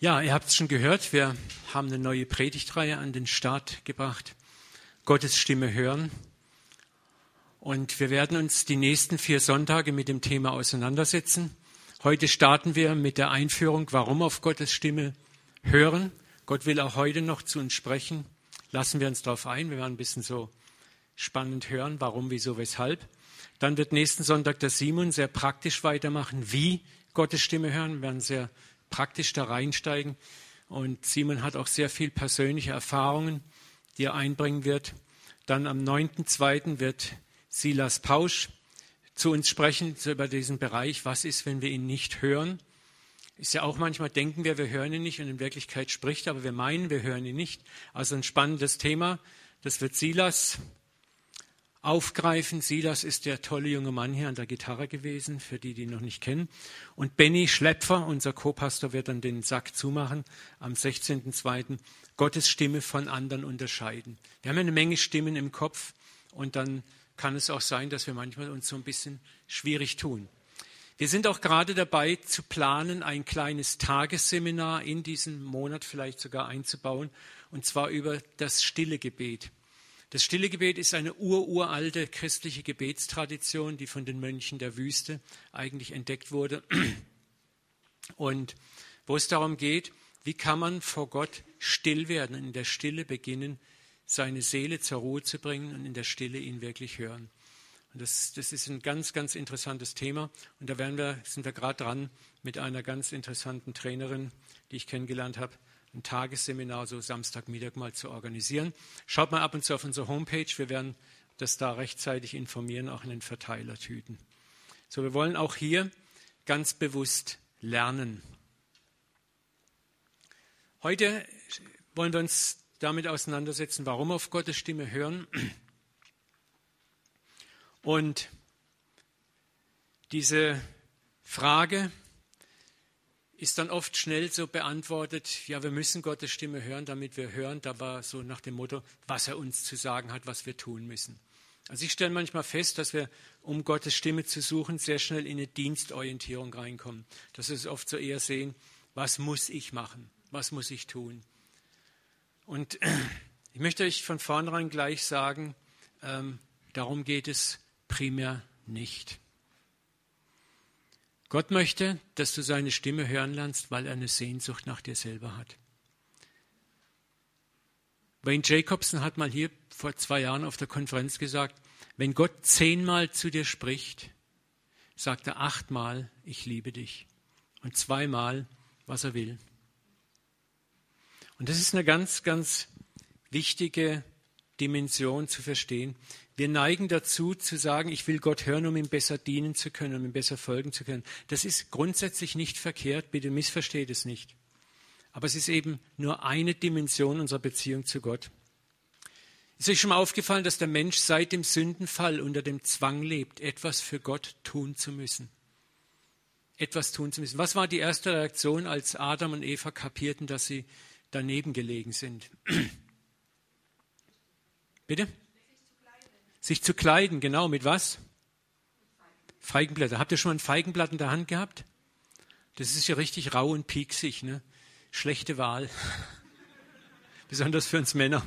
Ja, ihr habt es schon gehört, wir haben eine neue Predigtreihe an den Start gebracht. Gottes Stimme hören. Und wir werden uns die nächsten 4 Sonntage mit dem Thema auseinandersetzen. Heute starten wir mit der Einführung, warum auf Gottes Stimme hören. Gott will auch heute noch zu uns sprechen. Lassen wir uns darauf ein. Wir werden ein bisschen so spannend hören, warum, wieso, weshalb. Dann wird nächsten Sonntag der Simon sehr praktisch weitermachen, wie Gottes Stimme hören. Wir werden sehr praktisch da reinsteigen. Und Simon hat auch sehr viel persönliche Erfahrungen, die er einbringen wird. Dann am 9.2. wird Silas Pausch zu uns sprechen, so über diesen Bereich, was ist, wenn wir ihn nicht hören. Ist ja auch manchmal, denken wir hören ihn nicht und in Wirklichkeit spricht, aber wir meinen, wir hören ihn nicht. Also ein spannendes Thema, das wird Silas aufgreifen. Silas ist der tolle junge Mann hier an der Gitarre gewesen, für die, die ihn noch nicht kennen. Und Benny Schlepfer, unser Co-Pastor, wird dann den Sack zumachen am 16.2. Gottes Stimme von anderen unterscheiden. Wir haben eine Menge Stimmen im Kopf und dann kann es auch sein, dass wir manchmal uns so ein bisschen schwierig tun. Wir sind auch gerade dabei zu planen, ein kleines Tagesseminar in diesen Monat vielleicht sogar einzubauen, und zwar über das stille Gebet. Das stille Gebet ist eine uralte christliche Gebetstradition, die von den Mönchen der Wüste eigentlich entdeckt wurde. Und wo es darum geht, wie kann man vor Gott still werden und in der Stille beginnen, seine Seele zur Ruhe zu bringen und in der Stille ihn wirklich hören. Und das ist ein ganz, ganz interessantes Thema. Und da sind wir gerade dran mit einer ganz interessanten Trainerin, die ich kennengelernt habe, ein Tagesseminar so Samstagmittag mal zu organisieren. Schaut mal ab und zu auf unsere Homepage, wir werden das da rechtzeitig informieren, auch in den Verteilertüten. So, wir wollen auch hier ganz bewusst lernen. Heute wollen wir uns damit auseinandersetzen, warum auf Gottes Stimme hören. Und diese Frage ist dann oft schnell so beantwortet, ja, wir müssen Gottes Stimme hören, damit wir hören. Da war so nach dem Motto, was er uns zu sagen hat, was wir tun müssen. Also ich stelle manchmal fest, dass wir, um Gottes Stimme zu suchen, sehr schnell in eine Dienstorientierung reinkommen. Dass wir es oft so eher sehen, was muss ich machen, was muss ich tun. Und ich möchte euch von vornherein gleich sagen, darum geht es primär nicht. Gott möchte, dass du seine Stimme hören lernst, weil er eine Sehnsucht nach dir selber hat. Wayne Jacobson hat mal hier vor 2 Jahren auf der Konferenz gesagt, wenn Gott 10-mal zu dir spricht, sagt er 8-mal, ich liebe dich. Und 2-mal, was er will. Und das ist eine ganz, ganz wichtige Dimension zu verstehen. Wir neigen dazu zu sagen, ich will Gott hören, um ihm besser dienen zu können, um ihm besser folgen zu können. Das ist grundsätzlich nicht verkehrt, bitte missversteht es nicht. Aber es ist eben nur eine Dimension unserer Beziehung zu Gott. Ist euch schon mal aufgefallen, dass der Mensch seit dem Sündenfall unter dem Zwang lebt, etwas für Gott tun zu müssen? Etwas tun zu müssen. Was war die erste Reaktion, als Adam und Eva kapierten, dass sie daneben gelegen sind? Bitte? Sich zu kleiden, genau. Mit was? Feigenblätter. Habt ihr schon mal ein Feigenblatt in der Hand gehabt? Das ist ja richtig rau und pieksig, ne? Schlechte Wahl. Besonders für uns Männer.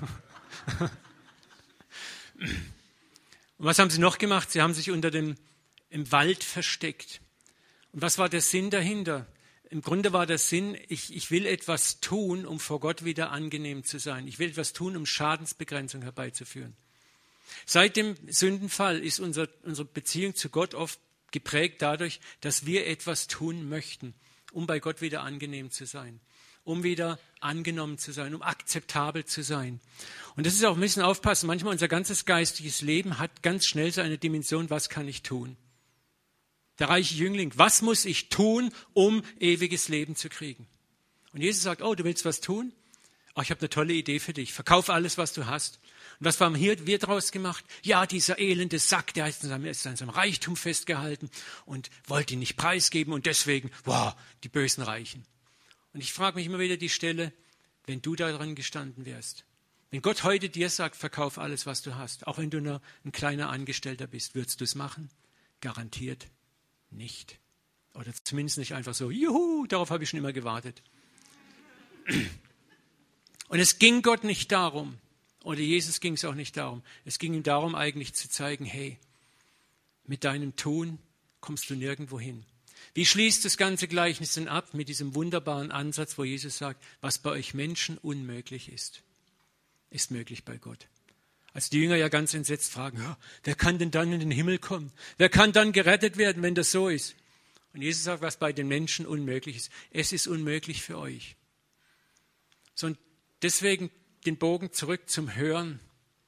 Und was haben sie noch gemacht? Sie haben sich im Wald versteckt. Und was war der Sinn dahinter? Im Grunde war der Sinn, ich will etwas tun, um vor Gott wieder angenehm zu sein. Ich will etwas tun, um Schadensbegrenzung herbeizuführen. Seit dem Sündenfall ist unsere Beziehung zu Gott oft geprägt dadurch, dass wir etwas tun möchten, um bei Gott wieder angenehm zu sein, um wieder angenommen zu sein, um akzeptabel zu sein. Und das ist auch ein bisschen aufpassen. Manchmal unser ganzes geistiges Leben hat ganz schnell so eine Dimension, was kann ich tun? Der reiche Jüngling, was muss ich tun, um ewiges Leben zu kriegen? Und Jesus sagt, oh, du willst was tun? Oh, ich habe eine tolle Idee für dich. Verkauf alles, was du hast. Und was haben wir daraus gemacht? Ja, dieser elende Sack, der ist an seinem Reichtum festgehalten und wollte ihn nicht preisgeben und deswegen, wow, die bösen Reichen. Und ich frage mich immer wieder die Stelle, wenn du daran gestanden wärst. Wenn Gott heute dir sagt, verkauf alles, was du hast, auch wenn du nur ein kleiner Angestellter bist, würdest du es machen? Garantiert nicht. Oder zumindest nicht einfach so, juhu, darauf habe ich schon immer gewartet. Und es ging Gott nicht darum, oder Jesus ging es auch nicht darum, es ging ihm darum eigentlich zu zeigen, hey, mit deinem Tun kommst du nirgendwo hin. Wie schließt das ganze Gleichnis denn ab mit diesem wunderbaren Ansatz, wo Jesus sagt, was bei euch Menschen unmöglich ist, ist möglich bei Gott. Als die Jünger ja ganz entsetzt fragen, ja, wer kann denn dann in den Himmel kommen? Wer kann dann gerettet werden, wenn das so ist? Und Jesus sagt, was bei den Menschen unmöglich ist. Es ist unmöglich für euch. So, und deswegen den Bogen zurück zum Hören.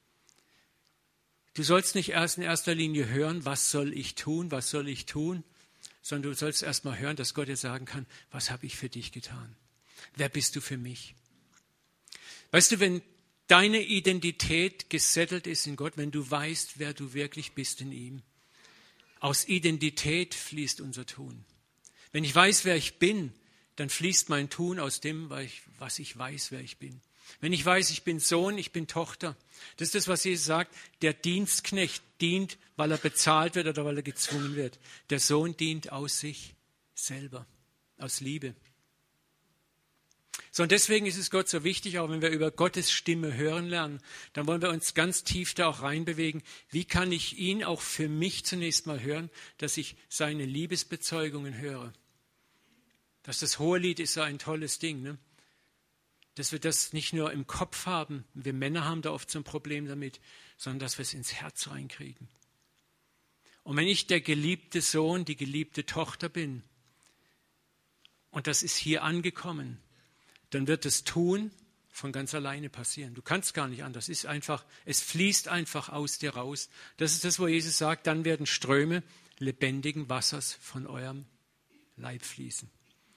Du sollst nicht erst in erster Linie hören, was soll ich tun, sondern du sollst erst mal hören, dass Gott dir sagen kann, was habe ich für dich getan? Wer bist du für mich? Weißt du, wenn deine Identität gesettelt ist in Gott, wenn du weißt, wer du wirklich bist in ihm, aus Identität fließt unser Tun. Wenn ich weiß, wer ich bin, dann fließt mein Tun aus dem, was ich weiß, wer ich bin. Wenn ich weiß, ich bin Sohn, ich bin Tochter, das ist das, was Jesus sagt, der Dienstknecht dient, weil er bezahlt wird oder weil er gezwungen wird. Der Sohn dient aus sich selber, aus Liebe. So, und deswegen ist es Gott so wichtig, auch wenn wir über Gottes Stimme hören lernen, dann wollen wir uns ganz tief da auch reinbewegen. Wie kann ich ihn auch für mich zunächst mal hören, dass ich seine Liebesbezeugungen höre? Das Hohelied ist so ein tolles Ding, ne? Dass wir das nicht nur im Kopf haben, wir Männer haben da oft so ein Problem damit, sondern dass wir es ins Herz reinkriegen. Und wenn ich der geliebte Sohn, die geliebte Tochter bin, und das ist hier angekommen, dann wird das Tun von ganz alleine passieren. Du kannst gar nicht anders. Es fließt einfach aus dir raus. Das ist das, wo Jesus sagt, dann werden Ströme lebendigen Wassers von eurem Leib fließen.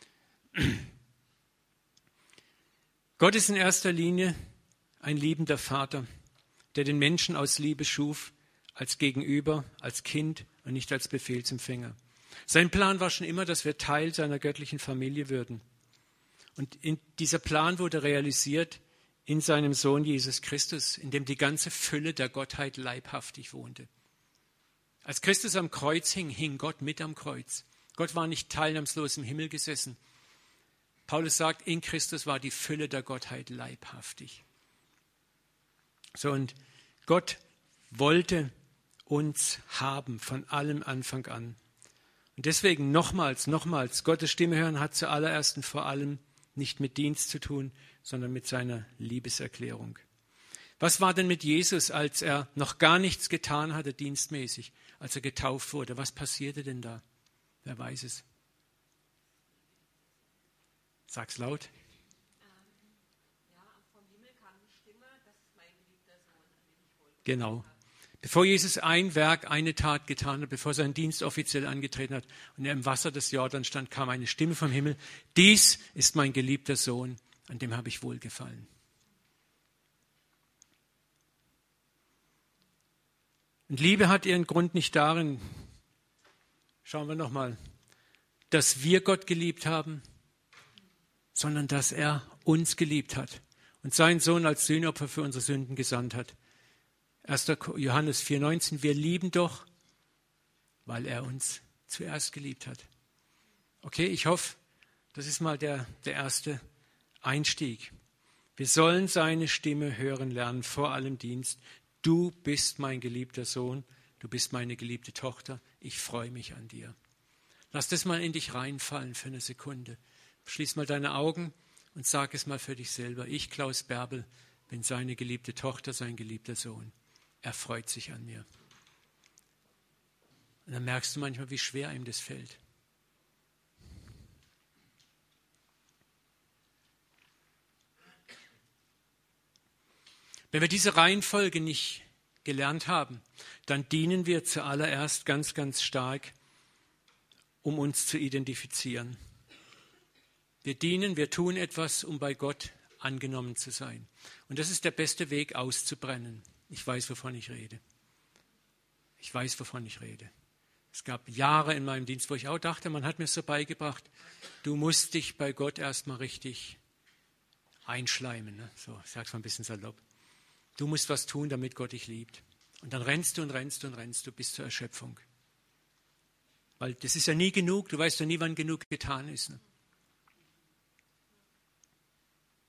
Gott ist in erster Linie ein liebender Vater, der den Menschen aus Liebe schuf, als Gegenüber, als Kind und nicht als Befehlsempfänger. Sein Plan war schon immer, dass wir Teil seiner göttlichen Familie würden. Und dieser Plan wurde realisiert in seinem Sohn Jesus Christus, in dem die ganze Fülle der Gottheit leibhaftig wohnte. Als Christus am Kreuz hing, hing Gott mit am Kreuz. Gott war nicht teilnahmslos im Himmel gesessen. Paulus sagt, in Christus war die Fülle der Gottheit leibhaftig. So, und Gott wollte uns haben von allem Anfang an. Und deswegen nochmals, Gottes Stimme hören hat zuallererst und vor allem nicht mit Dienst zu tun, sondern mit seiner Liebeserklärung. Was war denn mit Jesus, als er noch gar nichts getan hatte, dienstmäßig, als er getauft wurde? Was passierte denn da? Wer weiß es? Sag's laut. Ja, vom Himmel kam eine Stimme, das ist mein geliebter Sohn, an dem ich wohlgefallen habe. Genau. Bevor Jesus ein Werk, eine Tat getan hat, bevor sein Dienst offiziell angetreten hat und er im Wasser des Jordan stand, kam eine Stimme vom Himmel. Dies ist mein geliebter Sohn, an dem habe ich wohlgefallen. Und Liebe hat ihren Grund nicht darin, schauen wir nochmal, dass wir Gott geliebt haben, sondern dass er uns geliebt hat und seinen Sohn als Sühnopfer für unsere Sünden gesandt hat. 1. Johannes 4,19, wir lieben doch, weil er uns zuerst geliebt hat. Okay, ich hoffe, das ist mal der erste Einstieg. Wir sollen seine Stimme hören lernen, vor allem Dienst. Du bist mein geliebter Sohn, du bist meine geliebte Tochter, ich freue mich an dir. Lass das mal in dich reinfallen für eine Sekunde. Schließ mal deine Augen und sag es mal für dich selber. Ich, Klaus Bärbel, bin seine geliebte Tochter, sein geliebter Sohn. Er freut sich an mir. Und dann merkst du manchmal, wie schwer ihm das fällt. Wenn wir diese Reihenfolge nicht gelernt haben, dann dienen wir zuallererst ganz, ganz stark, um uns zu identifizieren. Wir dienen, wir tun etwas, um bei Gott angenommen zu sein. Und das ist der beste Weg, auszubrennen. Ich weiß, wovon ich rede. Es gab Jahre in meinem Dienst, wo ich auch dachte, man hat mir so beigebracht, du musst dich bei Gott erstmal richtig einschleimen. Ne? So, ich sage es mal ein bisschen salopp. Du musst was tun, damit Gott dich liebt. Und dann rennst du bis zur Erschöpfung. Weil das ist ja nie genug, du weißt ja nie, wann genug getan ist. Ne?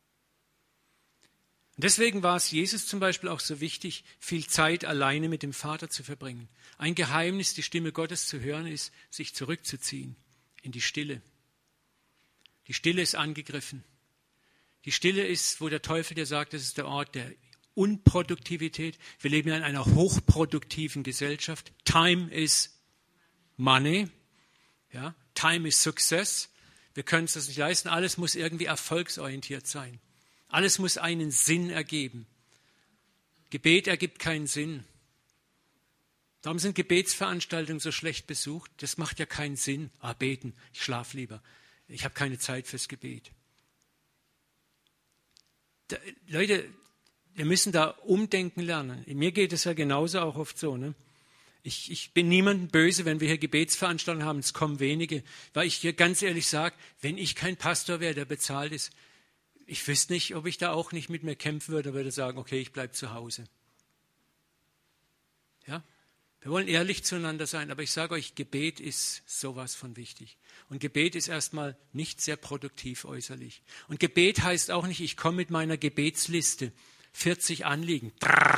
Und deswegen war es Jesus zum Beispiel auch so wichtig, viel Zeit alleine mit dem Vater zu verbringen. Ein Geheimnis, die Stimme Gottes zu hören, ist, sich zurückzuziehen in die Stille. Die Stille ist angegriffen. Die Stille ist, wo der Teufel dir sagt, das ist der Ort der Unproduktivität. Wir leben ja in einer hochproduktiven Gesellschaft. Time is money. Ja? Time is success. Wir können es uns nicht leisten. Alles muss irgendwie erfolgsorientiert sein. Alles muss einen Sinn ergeben. Gebet ergibt keinen Sinn. Darum sind Gebetsveranstaltungen so schlecht besucht. Das macht ja keinen Sinn. Beten, ich schlafe lieber. Ich habe keine Zeit fürs Gebet. Leute, wir müssen da umdenken lernen. Mir geht es ja genauso auch oft so. Ne? Ich bin niemandem böse, wenn wir hier Gebetsveranstaltungen haben. Es kommen wenige. Weil ich hier ganz ehrlich sage, wenn ich kein Pastor wäre, der bezahlt ist, ich wüsste nicht, ob ich da auch nicht mit mir kämpfen würde, würde sagen, okay, ich bleibe zu Hause. Ja? Wir wollen ehrlich zueinander sein, aber ich sage euch, Gebet ist sowas von wichtig. Und Gebet ist erstmal nicht sehr produktiv äußerlich. Und Gebet heißt auch nicht, ich komme mit meiner Gebetsliste, 40 Anliegen,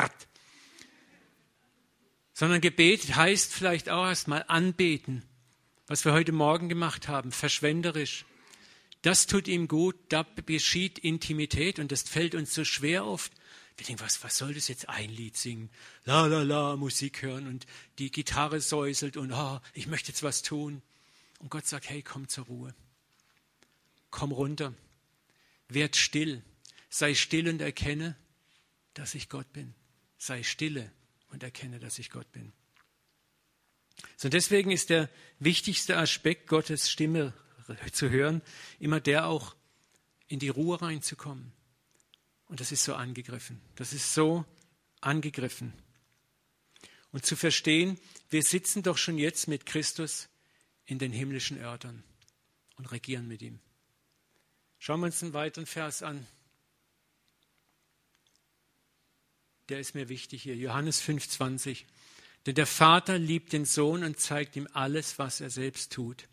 sondern Gebet heißt vielleicht auch erstmal anbeten, was wir heute Morgen gemacht haben, verschwenderisch. Das tut ihm gut, da geschieht Intimität und das fällt uns so schwer oft. Wir denken, was soll das jetzt, ein Lied singen, la la la, Musik hören und die Gitarre säuselt und ich möchte jetzt was tun. Und Gott sagt, hey, komm zur Ruhe, komm runter, werd still, sei still und erkenne, dass ich Gott bin. Sei stille und erkenne, dass ich Gott bin. So, deswegen ist der wichtigste Aspekt, Gottes Stimme zu hören, immer der auch, in die Ruhe reinzukommen. Und das ist so angegriffen. Das ist so angegriffen. Und zu verstehen, wir sitzen doch schon jetzt mit Christus in den himmlischen Örtern und regieren mit ihm. Schauen wir uns einen weiteren Vers an. Der ist mir wichtig hier. Johannes 5,20. Denn der Vater liebt den Sohn und zeigt ihm alles, was er selbst tut.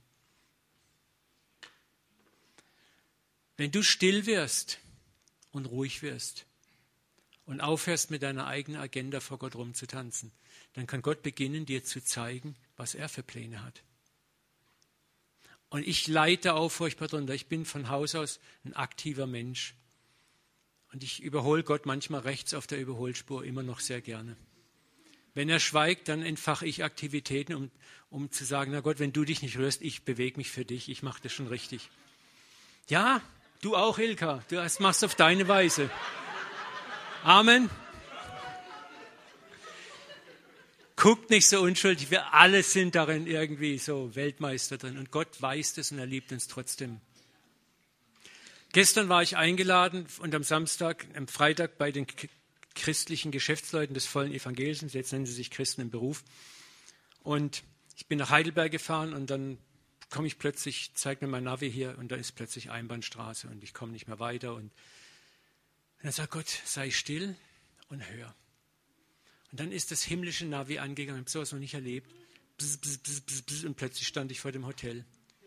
Wenn du still wirst und ruhig wirst und aufhörst, mit deiner eigenen Agenda vor Gott rumzutanzen, dann kann Gott beginnen, dir zu zeigen, was er für Pläne hat. Und ich leide auch furchtbar drunter. Ich bin von Haus aus ein aktiver Mensch. Und ich überhole Gott manchmal rechts auf der Überholspur immer noch sehr gerne. Wenn er schweigt, dann entfache ich Aktivitäten, um zu sagen, na Gott, wenn du dich nicht rührst, ich bewege mich für dich, ich mache das schon richtig. Ja, du auch, Ilka, du machst auf deine Weise. Amen. Guckt nicht so unschuldig, wir alle sind darin irgendwie so Weltmeister drin. Und Gott weiß das und er liebt uns trotzdem. Gestern war ich eingeladen und am Freitag bei den christlichen Geschäftsleuten des vollen Evangeliums, jetzt nennen sie sich Christen im Beruf. Und ich bin nach Heidelberg gefahren und dann komme ich plötzlich, zeigt mir mein Navi hier und da ist plötzlich Einbahnstraße und ich komme nicht mehr weiter. Und dann sagt Gott, sei still und hör. Und dann ist das himmlische Navi angegangen, ich habe sowas noch nicht erlebt. Bzz, bzz, bzz, bzz, bzz, und plötzlich stand ich vor dem Hotel.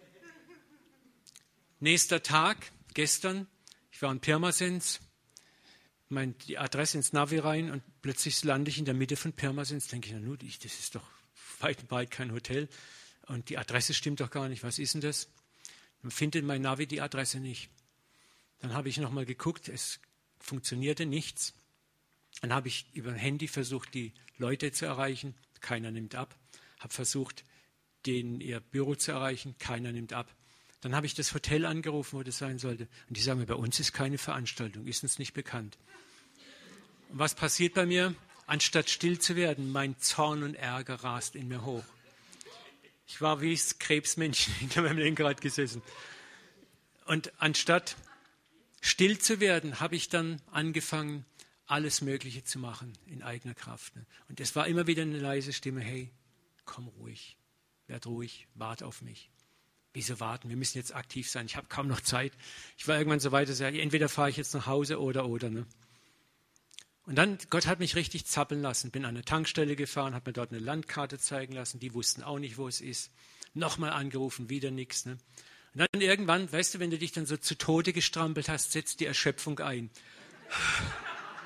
Nächster Tag, gestern, ich war in Pirmasens, die Adresse ins Navi rein und plötzlich lande ich in der Mitte von Pirmasens. Denke ich, das ist doch weit und breit kein Hotel und die Adresse stimmt doch gar nicht. Was ist denn das? Man findet mein Navi die Adresse nicht. Dann habe ich nochmal geguckt, es funktionierte nichts. Dann habe ich über ein Handy versucht, die Leute zu erreichen. Keiner nimmt ab. Habe versucht, ihr Büro zu erreichen. Keiner nimmt ab. Dann habe ich das Hotel angerufen, wo das sein sollte. Und die sagen mir, bei uns ist keine Veranstaltung, ist uns nicht bekannt. Und was passiert bei mir? Anstatt still zu werden, mein Zorn und Ärger rast in mir hoch. Ich war wie das Krebsmännchen hinter meinem Lenkrad gesessen. Und anstatt still zu werden, habe ich dann angefangen, alles Mögliche zu machen in eigener Kraft. Und es war immer wieder eine leise Stimme, hey, komm ruhig, werd ruhig, warte auf mich. Wieso warten? Wir müssen jetzt aktiv sein. Ich habe kaum noch Zeit. Ich war irgendwann so weit, dass ich sage, entweder fahre ich jetzt nach Hause oder. Ne? Und dann, Gott hat mich richtig zappeln lassen. Bin an eine Tankstelle gefahren, habe mir dort eine Landkarte zeigen lassen. Die wussten auch nicht, wo es ist. Nochmal angerufen, wieder nichts. Ne? Und dann irgendwann, weißt du, wenn du dich dann so zu Tode gestrampelt hast, setzt die Erschöpfung ein.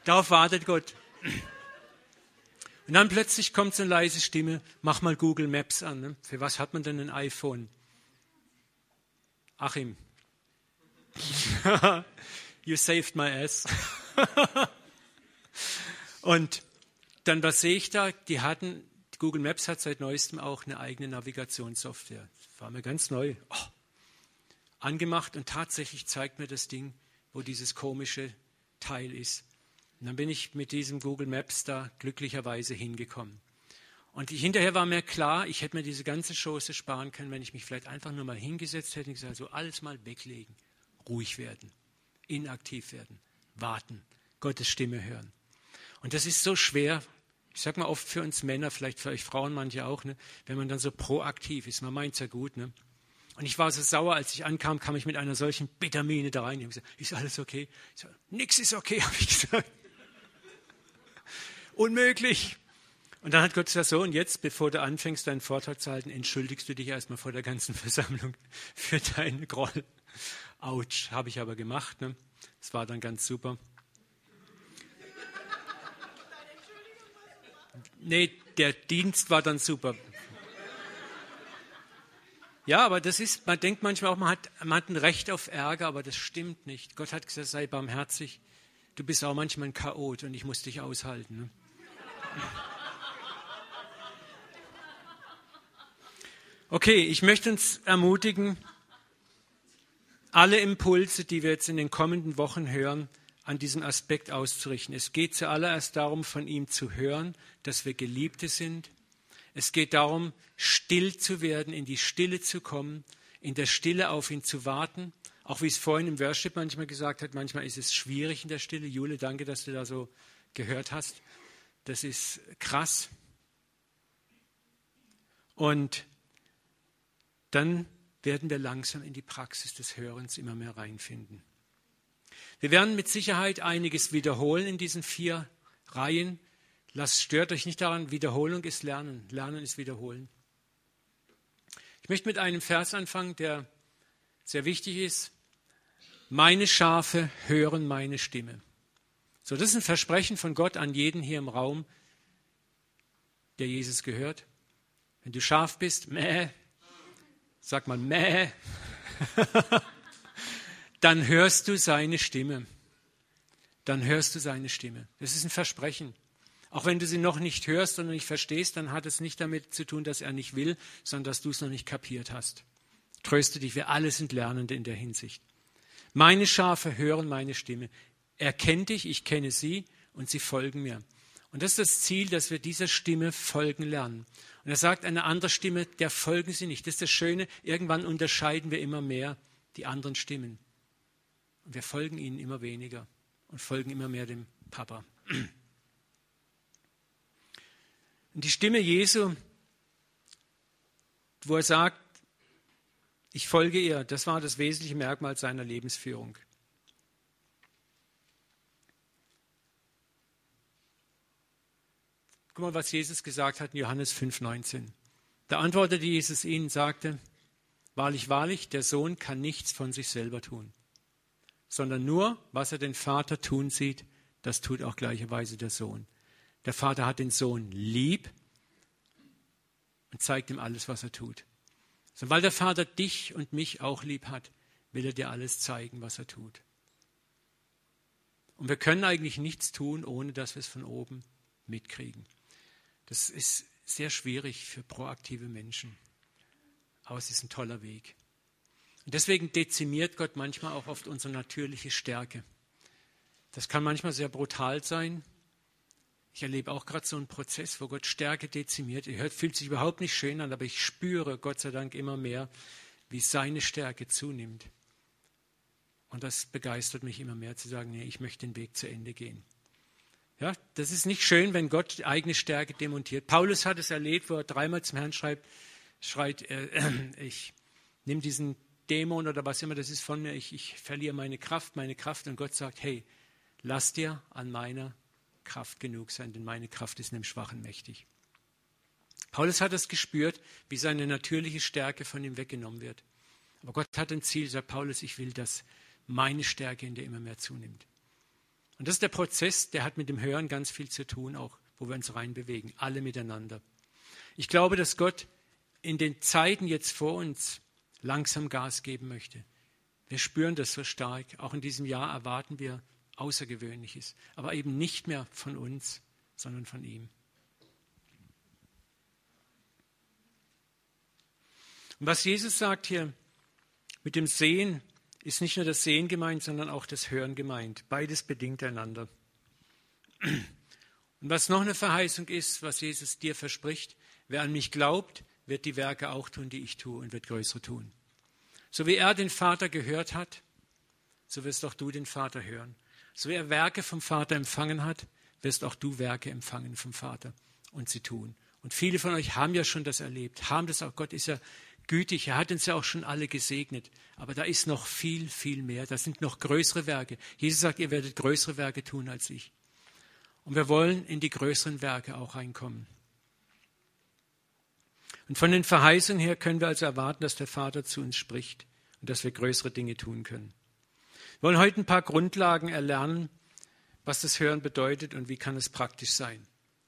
Darauf wartet Gott. Und dann plötzlich kommt so eine leise Stimme, mach mal Google Maps an. Ne? Für was hat man denn ein iPhone? Achim. You saved my ass. Und dann, was sehe ich da? Google Maps hat seit neuestem auch eine eigene Navigationssoftware. Das war mir ganz neu. Angemacht und tatsächlich zeigt mir das Ding, wo dieses komische Teil ist. Und dann bin ich mit diesem Google Maps da glücklicherweise hingekommen. Und hinterher war mir klar, ich hätte mir diese ganze Chose sparen können, wenn ich mich vielleicht einfach nur mal hingesetzt hätte und gesagt, so alles mal weglegen, ruhig werden, inaktiv werden, warten, Gottes Stimme hören. Und das ist so schwer, ich sage mal oft für uns Männer, vielleicht für euch Frauen manche auch, ne, wenn man dann so proaktiv ist, man meint es ja gut. Ne? Und ich war so sauer, als ich ankam, kam ich mit einer solchen Bittermiene da rein. Ich habe gesagt, ist alles okay? Ich sage, nix ist okay, habe ich gesagt. Unmöglich. Und dann hat Gott gesagt, so, und jetzt, bevor du anfängst, deinen Vortrag zu halten, entschuldigst du dich erstmal vor der ganzen Versammlung für deinen Groll. Autsch, habe ich aber gemacht. Ne? Das war dann ganz super. Nee, der Dienst war dann super. Ja, aber das ist, man denkt manchmal auch, man hat ein Recht auf Ärger, aber das stimmt nicht. Gott hat gesagt, sei barmherzig. Du bist auch manchmal ein Chaot und ich muss dich aushalten. Ne? Okay, ich möchte uns ermutigen, alle Impulse, die wir jetzt in den kommenden Wochen hören, an diesem Aspekt auszurichten. Es geht zuallererst darum, von ihm zu hören, dass wir Geliebte sind. Es geht darum, still zu werden, in die Stille zu kommen, in der Stille auf ihn zu warten. Auch wie es vorhin im Worship manchmal gesagt hat, manchmal ist es schwierig in der Stille. Jule, danke, dass du da so gehört hast. Das ist krass. Und dann werden wir langsam in die Praxis des Hörens immer mehr reinfinden. Wir werden mit Sicherheit einiges wiederholen in diesen 4 Reihen. Stört euch nicht daran, Wiederholung ist Lernen. Lernen ist Wiederholen. Ich möchte mit einem Vers anfangen, der sehr wichtig ist. Meine Schafe hören meine Stimme. So, das ist ein Versprechen von Gott an jeden hier im Raum, der Jesus gehört. Wenn du Schaf bist, mäh, sag mal mäh, dann hörst du seine Stimme. Dann hörst du seine Stimme. Das ist ein Versprechen. Auch wenn du sie noch nicht hörst und nicht verstehst, dann hat es nicht damit zu tun, dass er nicht will, sondern dass du es noch nicht kapiert hast. Tröste dich, wir alle sind Lernende in der Hinsicht. Meine Schafe hören meine Stimme. Er kennt dich, ich kenne sie und sie folgen mir. Und das ist das Ziel, dass wir dieser Stimme folgen lernen. Und er sagt, eine andere Stimme, der folgen sie nicht. Das ist das Schöne, irgendwann unterscheiden wir immer mehr die anderen Stimmen. Und wir folgen ihnen immer weniger und folgen immer mehr dem Papa. Und die Stimme Jesu, wo er sagt, ich folge ihr, das war das wesentliche Merkmal seiner Lebensführung. Guck mal, was Jesus gesagt hat in Johannes 5,19. Da antwortete Jesus ihnen und sagte, wahrlich, wahrlich, der Sohn kann nichts von sich selber tun, sondern nur, was er den Vater tun sieht, das tut auch gleicherweise der Sohn. Der Vater hat den Sohn lieb und zeigt ihm alles, was er tut. So, weil der Vater dich und mich auch lieb hat, will er dir alles zeigen, was er tut. Und wir können eigentlich nichts tun, ohne dass wir es von oben mitkriegen. Das ist sehr schwierig für proaktive Menschen. Aber es ist ein toller Weg. Und deswegen dezimiert Gott manchmal auch oft unsere natürliche Stärke. Das kann manchmal sehr brutal sein. Ich erlebe auch gerade so einen Prozess, wo Gott Stärke dezimiert. Fühlt sich überhaupt nicht schön an, aber ich spüre Gott sei Dank immer mehr, wie seine Stärke zunimmt. Und das begeistert mich immer mehr zu sagen, nee, ich möchte den Weg zu Ende gehen. Ja, das ist nicht schön, wenn Gott die eigene Stärke demontiert. Paulus hat es erlebt, wo er 3-mal zum Herrn schreit, ich nehme diesen Dämon oder was immer das ist von mir, ich verliere meine Kraft. Und Gott sagt, hey, lass dir an meiner Kraft genug sein, denn meine Kraft ist in dem Schwachen mächtig. Paulus hat es gespürt, wie seine natürliche Stärke von ihm weggenommen wird. Aber Gott hat ein Ziel, sagt Paulus, ich will, dass meine Stärke in dir immer mehr zunimmt. Und das ist der Prozess, der hat mit dem Hören ganz viel zu tun, auch wo wir uns reinbewegen, alle miteinander. Ich glaube, dass Gott in den Zeiten jetzt vor uns langsam Gas geben möchte. Wir spüren das so stark. Auch in diesem Jahr erwarten wir Außergewöhnliches, aber eben nicht mehr von uns, sondern von ihm. Und was Jesus sagt hier mit dem Sehen, ist nicht nur das Sehen gemeint, sondern auch das Hören gemeint. Beides bedingt einander. Und was noch eine Verheißung ist, was Jesus dir verspricht, wer an mich glaubt, wird die Werke auch tun, die ich tue, und wird größere tun. So wie er den Vater gehört hat, so wirst auch du den Vater hören. So wie er Werke vom Vater empfangen hat, wirst auch du Werke empfangen vom Vater und sie tun. Und viele von euch haben ja schon das erlebt, haben das auch. Gott ist ja gütig, er hat uns ja auch schon alle gesegnet. Aber da ist noch viel, viel mehr. Da sind noch größere Werke. Jesus sagt, ihr werdet größere Werke tun als ich. Und wir wollen in die größeren Werke auch reinkommen. Und von den Verheißungen her können wir also erwarten, dass der Vater zu uns spricht und dass wir größere Dinge tun können. Wir wollen heute ein paar Grundlagen erlernen, was das Hören bedeutet und wie kann es praktisch sein.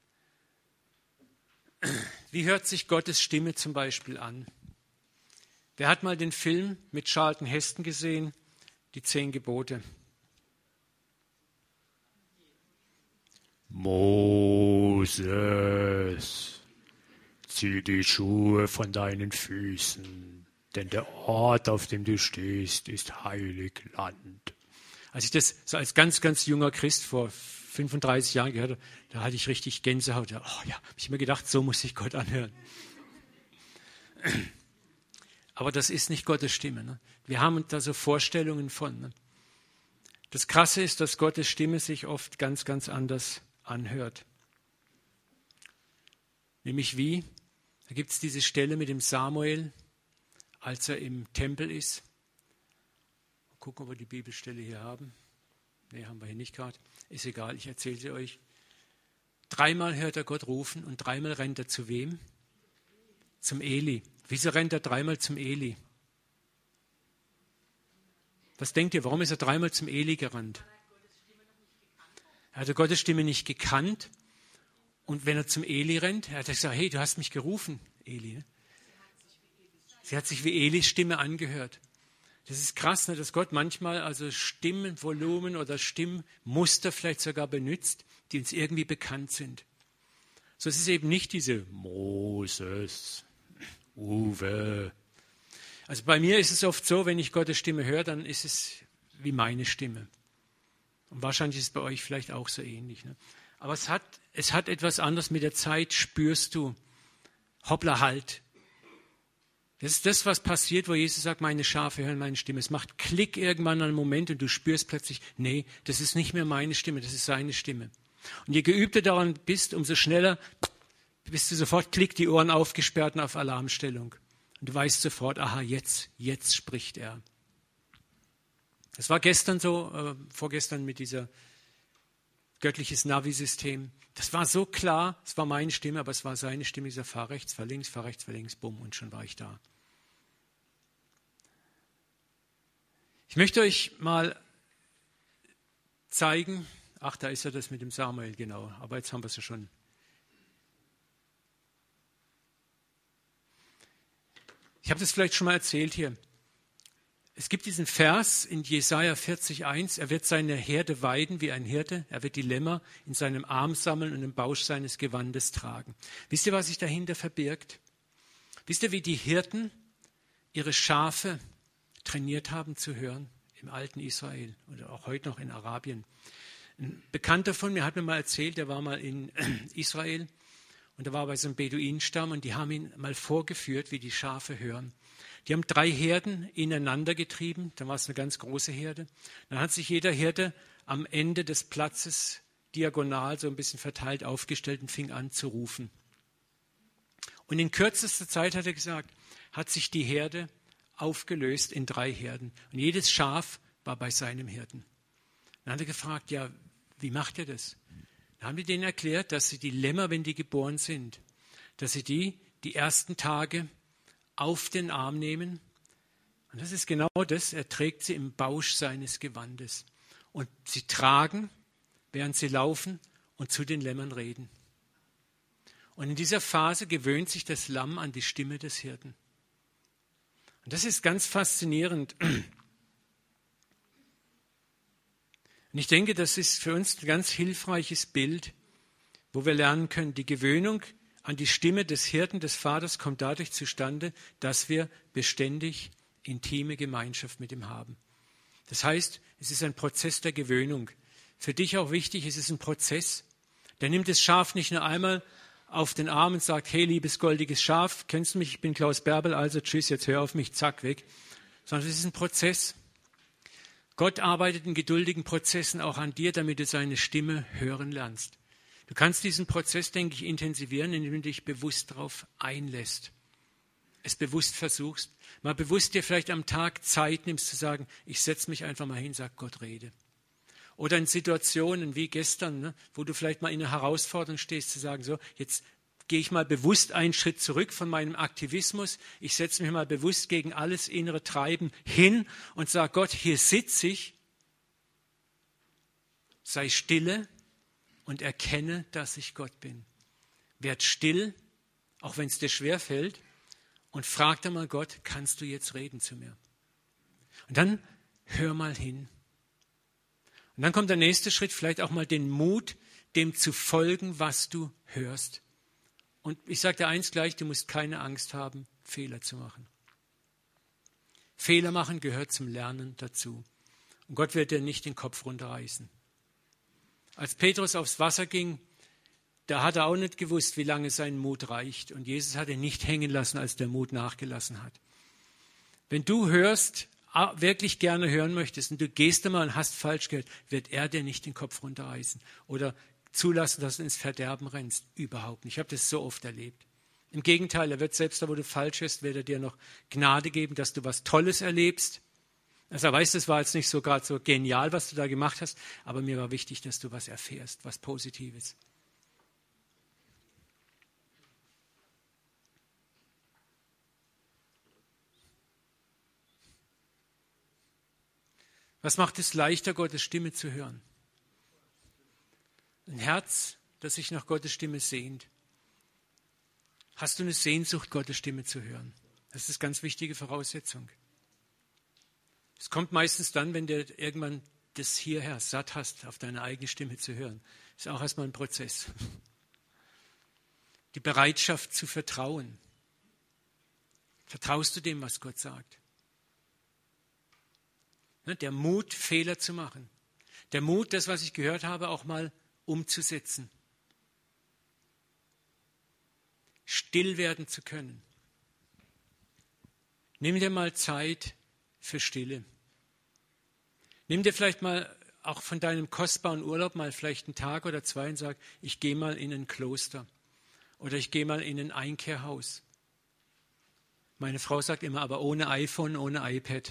Wie hört sich Gottes Stimme zum Beispiel an? Wer hat mal den Film mit Charlton Heston gesehen, die 10 Gebote? Moses, zieh die Schuhe von deinen Füßen, denn der Ort, auf dem du stehst, ist heilig Land. Als ich das so als ganz, ganz junger Christ vor 35 Jahren gehört habe, da hatte ich richtig Gänsehaut. Oh ja, habe ich mir gedacht, so muss sich Gott anhören. Aber das ist nicht Gottes Stimme. Ne? Wir haben da so Vorstellungen von. Ne? Das Krasse ist, dass Gottes Stimme sich oft ganz, ganz anders anhört. Nämlich wie? Da gibt es diese Stelle mit dem Samuel, als er im Tempel ist. Mal gucken, ob wir die Bibelstelle hier haben. Ne, haben wir hier nicht gerade. Ist egal, ich erzähle sie euch. 3-mal hört er Gott rufen und 3-mal rennt er zu wem? Zum Eli. Wieso rennt er 3-mal zum Eli? Was denkt ihr, warum ist er 3-mal zum Eli gerannt? Er hatte Gottes Stimme nicht gekannt. Und wenn er zum Eli rennt, er hat gesagt, hey, du hast mich gerufen, Eli. Sie hat sich wie Elis Stimme angehört. Das ist krass, ne, dass Gott manchmal also Stimmenvolumen oder Stimmmuster vielleicht sogar benutzt, die uns irgendwie bekannt sind. So, es ist eben nicht diese Moses, Uwe. Also bei mir ist es oft so, wenn ich Gottes Stimme höre, dann ist es wie meine Stimme. Und wahrscheinlich ist es bei euch vielleicht auch so ähnlich. Ne? Aber es hat etwas anderes. Mit der Zeit spürst du, hoppla, halt. Das ist das, was passiert, wo Jesus sagt, meine Schafe hören meine Stimme. Es macht Klick irgendwann an einen Moment und du spürst plötzlich, nee, das ist nicht mehr meine Stimme, das ist seine Stimme. Und je geübter daran bist, umso schneller bist du sofort Klick, die Ohren aufgesperrt und auf Alarmstellung. Und du weißt sofort, aha, jetzt spricht er. Das war gestern so, vorgestern mit dieser göttliches Navi-System. Das war so klar, es war meine Stimme, aber es war seine Stimme. Ich sage, fahr rechts, fahr links, bumm, und schon war ich da. Ich möchte euch mal zeigen, ach, da ist ja das mit dem Samuel, genau, aber jetzt haben wir es ja schon. Ich habe das vielleicht schon mal erzählt hier. Es gibt diesen Vers in Jesaja 40,1, er wird seine Herde weiden wie ein Hirte, er wird die Lämmer in seinem Arm sammeln und im Bausch seines Gewandes tragen. Wisst ihr, was sich dahinter verbirgt? Wisst ihr, wie die Hirten ihre Schafe trainiert haben zu hören im alten Israel oder auch heute noch in Arabien? Ein Bekannter von mir hat mir mal erzählt, der war mal in Israel und er war bei so einem Beduinenstamm und die haben ihn mal vorgeführt, wie die Schafe hören. Die haben 3 Herden ineinander getrieben, dann war es eine ganz große Herde. Dann hat sich jeder Hirte am Ende des Platzes diagonal so ein bisschen verteilt aufgestellt und fing an zu rufen. Und in kürzester Zeit, hat er gesagt, hat sich die Herde aufgelöst in 3 Herden. Und jedes Schaf war bei seinem Hirten. Dann hat er gefragt, ja, wie macht ihr das? Dann haben die denen erklärt, dass sie die Lämmer, wenn die geboren sind, dass sie die ersten Tage auf den Arm nehmen. Und das ist genau das, er trägt sie im Bausch seines Gewandes. Und sie tragen während sie laufen und zu den Lämmern reden. Und in dieser Phase gewöhnt sich das Lamm an die Stimme des Hirten. Und das ist ganz faszinierend. Und ich denke, das ist für uns ein ganz hilfreiches Bild, wo wir lernen können, die Gewöhnung an die Stimme des Hirten, des Vaters, kommt dadurch zustande, dass wir beständig intime Gemeinschaft mit ihm haben. Das heißt, es ist ein Prozess der Gewöhnung. Für dich auch wichtig, es ist ein Prozess. Der nimmt das Schaf nicht nur einmal auf den Arm und sagt, hey, liebes goldiges Schaf, kennst du mich, ich bin Klaus Bärbel, also tschüss, jetzt hör auf mich, zack, weg. Sondern es ist ein Prozess. Gott arbeitet in geduldigen Prozessen auch an dir, damit du seine Stimme hören lernst. Du kannst diesen Prozess, denke ich, intensivieren, indem du dich bewusst darauf einlässt. Es bewusst versuchst, mal bewusst dir vielleicht am Tag Zeit nimmst zu sagen, ich setze mich einfach mal hin, sag Gott, rede. Oder in Situationen wie gestern, wo du vielleicht mal in einer Herausforderung stehst, zu sagen, so, jetzt gehe ich mal bewusst einen Schritt zurück von meinem Aktivismus. Ich setze mich mal bewusst gegen alles innere Treiben hin und sage, Gott, hier sitze ich. Sei stille und erkenne, dass ich Gott bin. Werd still, auch wenn es dir schwerfällt, und frag dann mal Gott, kannst du jetzt reden zu mir? Und dann hör mal hin. Und dann kommt der nächste Schritt, vielleicht auch mal den Mut, dem zu folgen, was du hörst. Und ich sage dir eins gleich, du musst keine Angst haben, Fehler zu machen. Fehler machen gehört zum Lernen dazu. Und Gott wird dir nicht den Kopf runterreißen. Als Petrus aufs Wasser ging, da hat er auch nicht gewusst, wie lange sein Mut reicht. Und Jesus hat ihn nicht hängen lassen, als der Mut nachgelassen hat. Wenn du hörst, wirklich gerne hören möchtest und du gehst einmal und hast falsch gehört, wird er dir nicht den Kopf runterreißen oder zulassen, dass du ins Verderben rennst. Überhaupt nicht. Ich habe das so oft erlebt. Im Gegenteil, er wird selbst da, wo du falsch bist, wird er dir noch Gnade geben, dass du was Tolles erlebst. Also er weiß, das war jetzt nicht so gerade so genial, was du da gemacht hast, aber mir war wichtig, dass du was erfährst, was Positives. Was macht es leichter, Gottes Stimme zu hören? Ein Herz, das sich nach Gottes Stimme sehnt. Hast du eine Sehnsucht, Gottes Stimme zu hören? Das ist eine ganz wichtige Voraussetzung. Es kommt meistens dann, wenn du irgendwann das hierher satt hast, auf deine eigene Stimme zu hören. Das ist auch erstmal ein Prozess. Die Bereitschaft zu vertrauen. Vertraust du dem, was Gott sagt? Der Mut, Fehler zu machen. Der Mut, das, was ich gehört habe, auch mal umzusetzen. Still werden zu können. Nimm dir mal Zeit für Stille. Nimm dir vielleicht mal auch von deinem kostbaren Urlaub mal vielleicht einen Tag oder zwei und sag, ich gehe mal in ein Kloster oder ich gehe mal in ein Einkehrhaus. Meine Frau sagt immer, aber ohne iPhone, ohne iPad.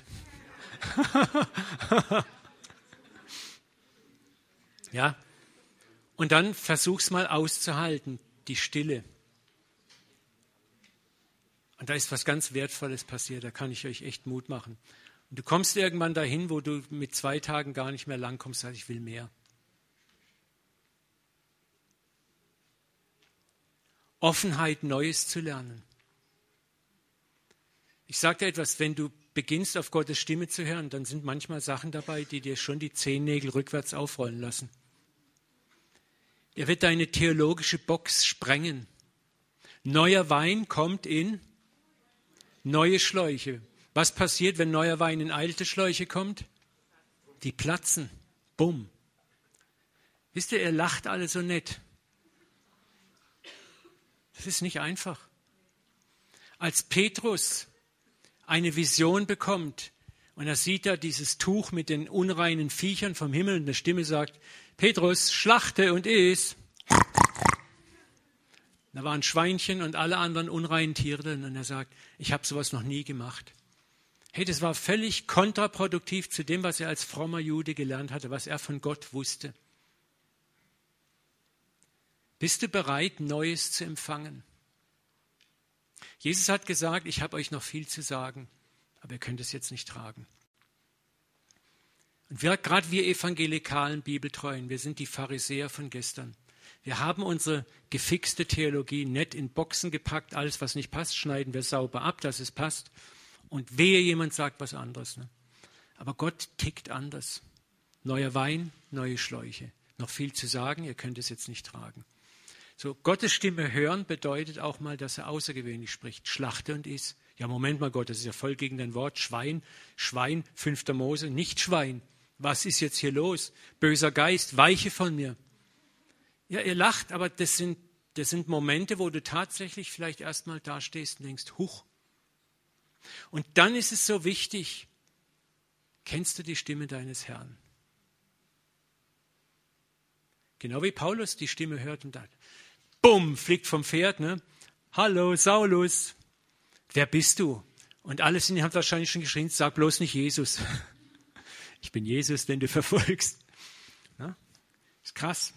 Ja, und dann versuch's mal auszuhalten, die Stille. Und da ist was ganz Wertvolles passiert, da kann ich euch echt Mut machen. Und du kommst irgendwann dahin, wo du mit 2 Tagen gar nicht mehr langkommst, sagst, ich will mehr. Offenheit, Neues zu lernen. Ich sage dir etwas, wenn du beginnst, auf Gottes Stimme zu hören, dann sind manchmal Sachen dabei, die dir schon die Zehennägel rückwärts aufrollen lassen. Er wird deine theologische Box sprengen. Neuer Wein kommt in neue Schläuche. Was passiert, wenn neuer Wein in alte Schläuche kommt? Die platzen. Bumm. Wisst ihr, ihr lacht alle so nett. Das ist nicht einfach. Als Petrus eine Vision bekommt und er sieht da dieses Tuch mit den unreinen Viechern vom Himmel und eine Stimme sagt, Petrus, schlachte und iss. Da waren Schweinchen und alle anderen unreinen Tiere drin und er sagt, ich habe sowas noch nie gemacht. Hey, das war völlig kontraproduktiv zu dem, was er als frommer Jude gelernt hatte, was er von Gott wusste. Bist du bereit, Neues zu empfangen? Jesus hat gesagt, ich habe euch noch viel zu sagen, aber ihr könnt es jetzt nicht tragen. Und gerade wir evangelikalen Bibeltreuen, wir sind die Pharisäer von gestern. Wir haben unsere gefixte Theologie nett in Boxen gepackt. Alles, was nicht passt, schneiden wir sauber ab, dass es passt. Und wehe, jemand sagt was anderes. Ne? Aber Gott tickt anders. Neuer Wein, neue Schläuche. Noch viel zu sagen, ihr könnt es jetzt nicht tragen. So, Gottes Stimme hören bedeutet auch mal, dass er außergewöhnlich spricht. Schlachte und iss. Ja, Moment mal, Gott, das ist ja voll gegen dein Wort. Schwein, 5. Mose, nicht Schwein. Was ist jetzt hier los? Böser Geist, weiche von mir. Ja, ihr lacht, aber das sind Momente, wo du tatsächlich vielleicht erstmal dastehst und denkst, huch. Und dann ist es so wichtig, kennst du die Stimme deines Herrn? Genau wie Paulus die Stimme hört und dann, bumm, fliegt vom Pferd, ne? Hallo, Saulus, wer bist du? Und alle haben wahrscheinlich schon geschrien, sag bloß nicht Jesus. Ich bin Jesus, den du verfolgst. Na? Ist krass.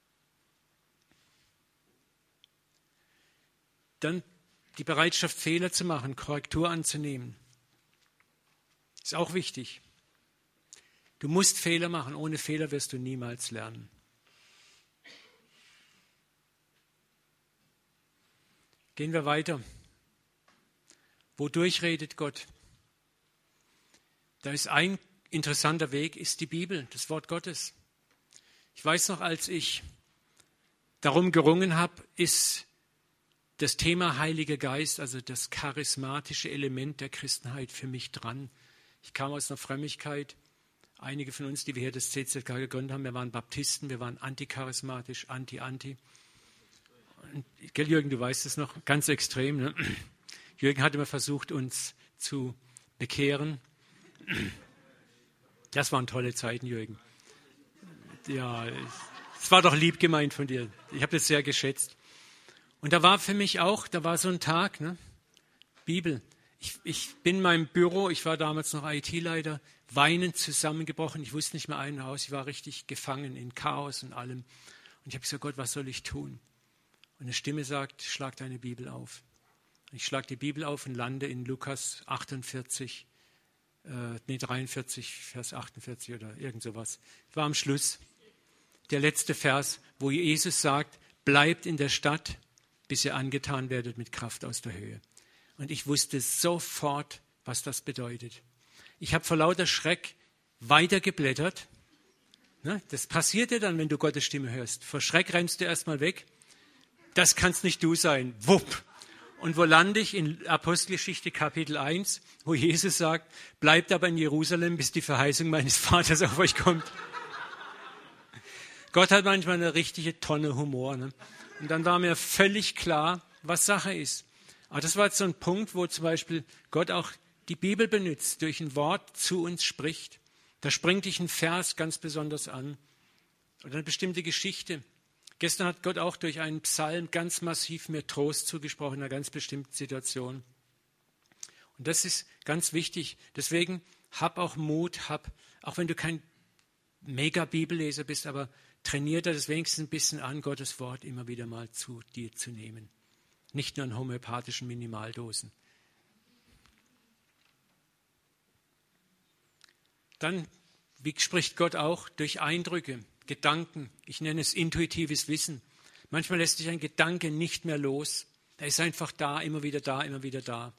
Dann die Bereitschaft, Fehler zu machen, Korrektur anzunehmen. Ist auch wichtig. Du musst Fehler machen. Ohne Fehler wirst du niemals lernen. Gehen wir weiter. Wodurch redet Gott? Da ist ein interessanter Weg, ist die Bibel, das Wort Gottes. Ich weiß noch, als ich darum gerungen habe, ist das Thema Heiliger Geist, also das charismatische Element der Christenheit für mich dran. Ich kam aus einer Frömmigkeit. Einige von uns, die wir hier das CZK gegründet haben, wir waren Baptisten, wir waren anticharismatisch, anti. Und, gell, Jürgen, du weißt es noch, ganz extrem. Ne? Jürgen hat immer versucht, uns zu bekehren. Das waren tolle Zeiten, Jürgen. Ja, es war doch lieb gemeint von dir. Ich habe das sehr geschätzt. Und da war für mich auch, da war so ein Tag, ne? Bibel. Ich bin in meinem Büro, ich war damals noch IT-Leiter, weinend zusammengebrochen. Ich wusste nicht mehr ein Haus, ich war richtig gefangen in Chaos und allem. Und ich habe gesagt, Gott, was soll ich tun? Und eine Stimme sagt, schlag deine Bibel auf. Und ich schlage die Bibel auf und lande in Lukas 43, 43, Vers 48 oder irgend sowas. War am Schluss der letzte Vers, wo Jesus sagt, bleibt in der Stadt, bis ihr angetan werdet mit Kraft aus der Höhe. Und ich wusste sofort, was das bedeutet. Ich habe vor lauter Schreck weitergeblättert. Das passiert dir dann, wenn du Gottes Stimme hörst. Vor Schreck rennst du erstmal weg. Das kann's nicht du sein. Wupp. Und wo lande ich? In Apostelgeschichte Kapitel 1, wo Jesus sagt, bleibt aber in Jerusalem, bis die Verheißung meines Vaters auf euch kommt. Gott hat manchmal eine richtige Tonne Humor. Ne? Und dann war mir völlig klar, was Sache ist. Aber das war jetzt so ein Punkt, wo zum Beispiel Gott auch die Bibel benutzt, durch ein Wort zu uns spricht. Da springt dich ein Vers ganz besonders an. Oder eine bestimmte Geschichte. Gestern hat Gott auch durch einen Psalm ganz massiv mir Trost zugesprochen in einer ganz bestimmten Situation. Und das ist ganz wichtig. Deswegen hab auch Mut, auch wenn du kein Mega-Bibelleser bist, aber trainier das wenigstens ein bisschen an, Gottes Wort immer wieder mal zu dir zu nehmen. Nicht nur in homöopathischen Minimaldosen. Dann, wie spricht Gott auch? Durch Eindrücke, Gedanken. Ich nenne es intuitives Wissen. Manchmal lässt sich ein Gedanke nicht mehr los. Er ist einfach da, immer wieder da, immer wieder da.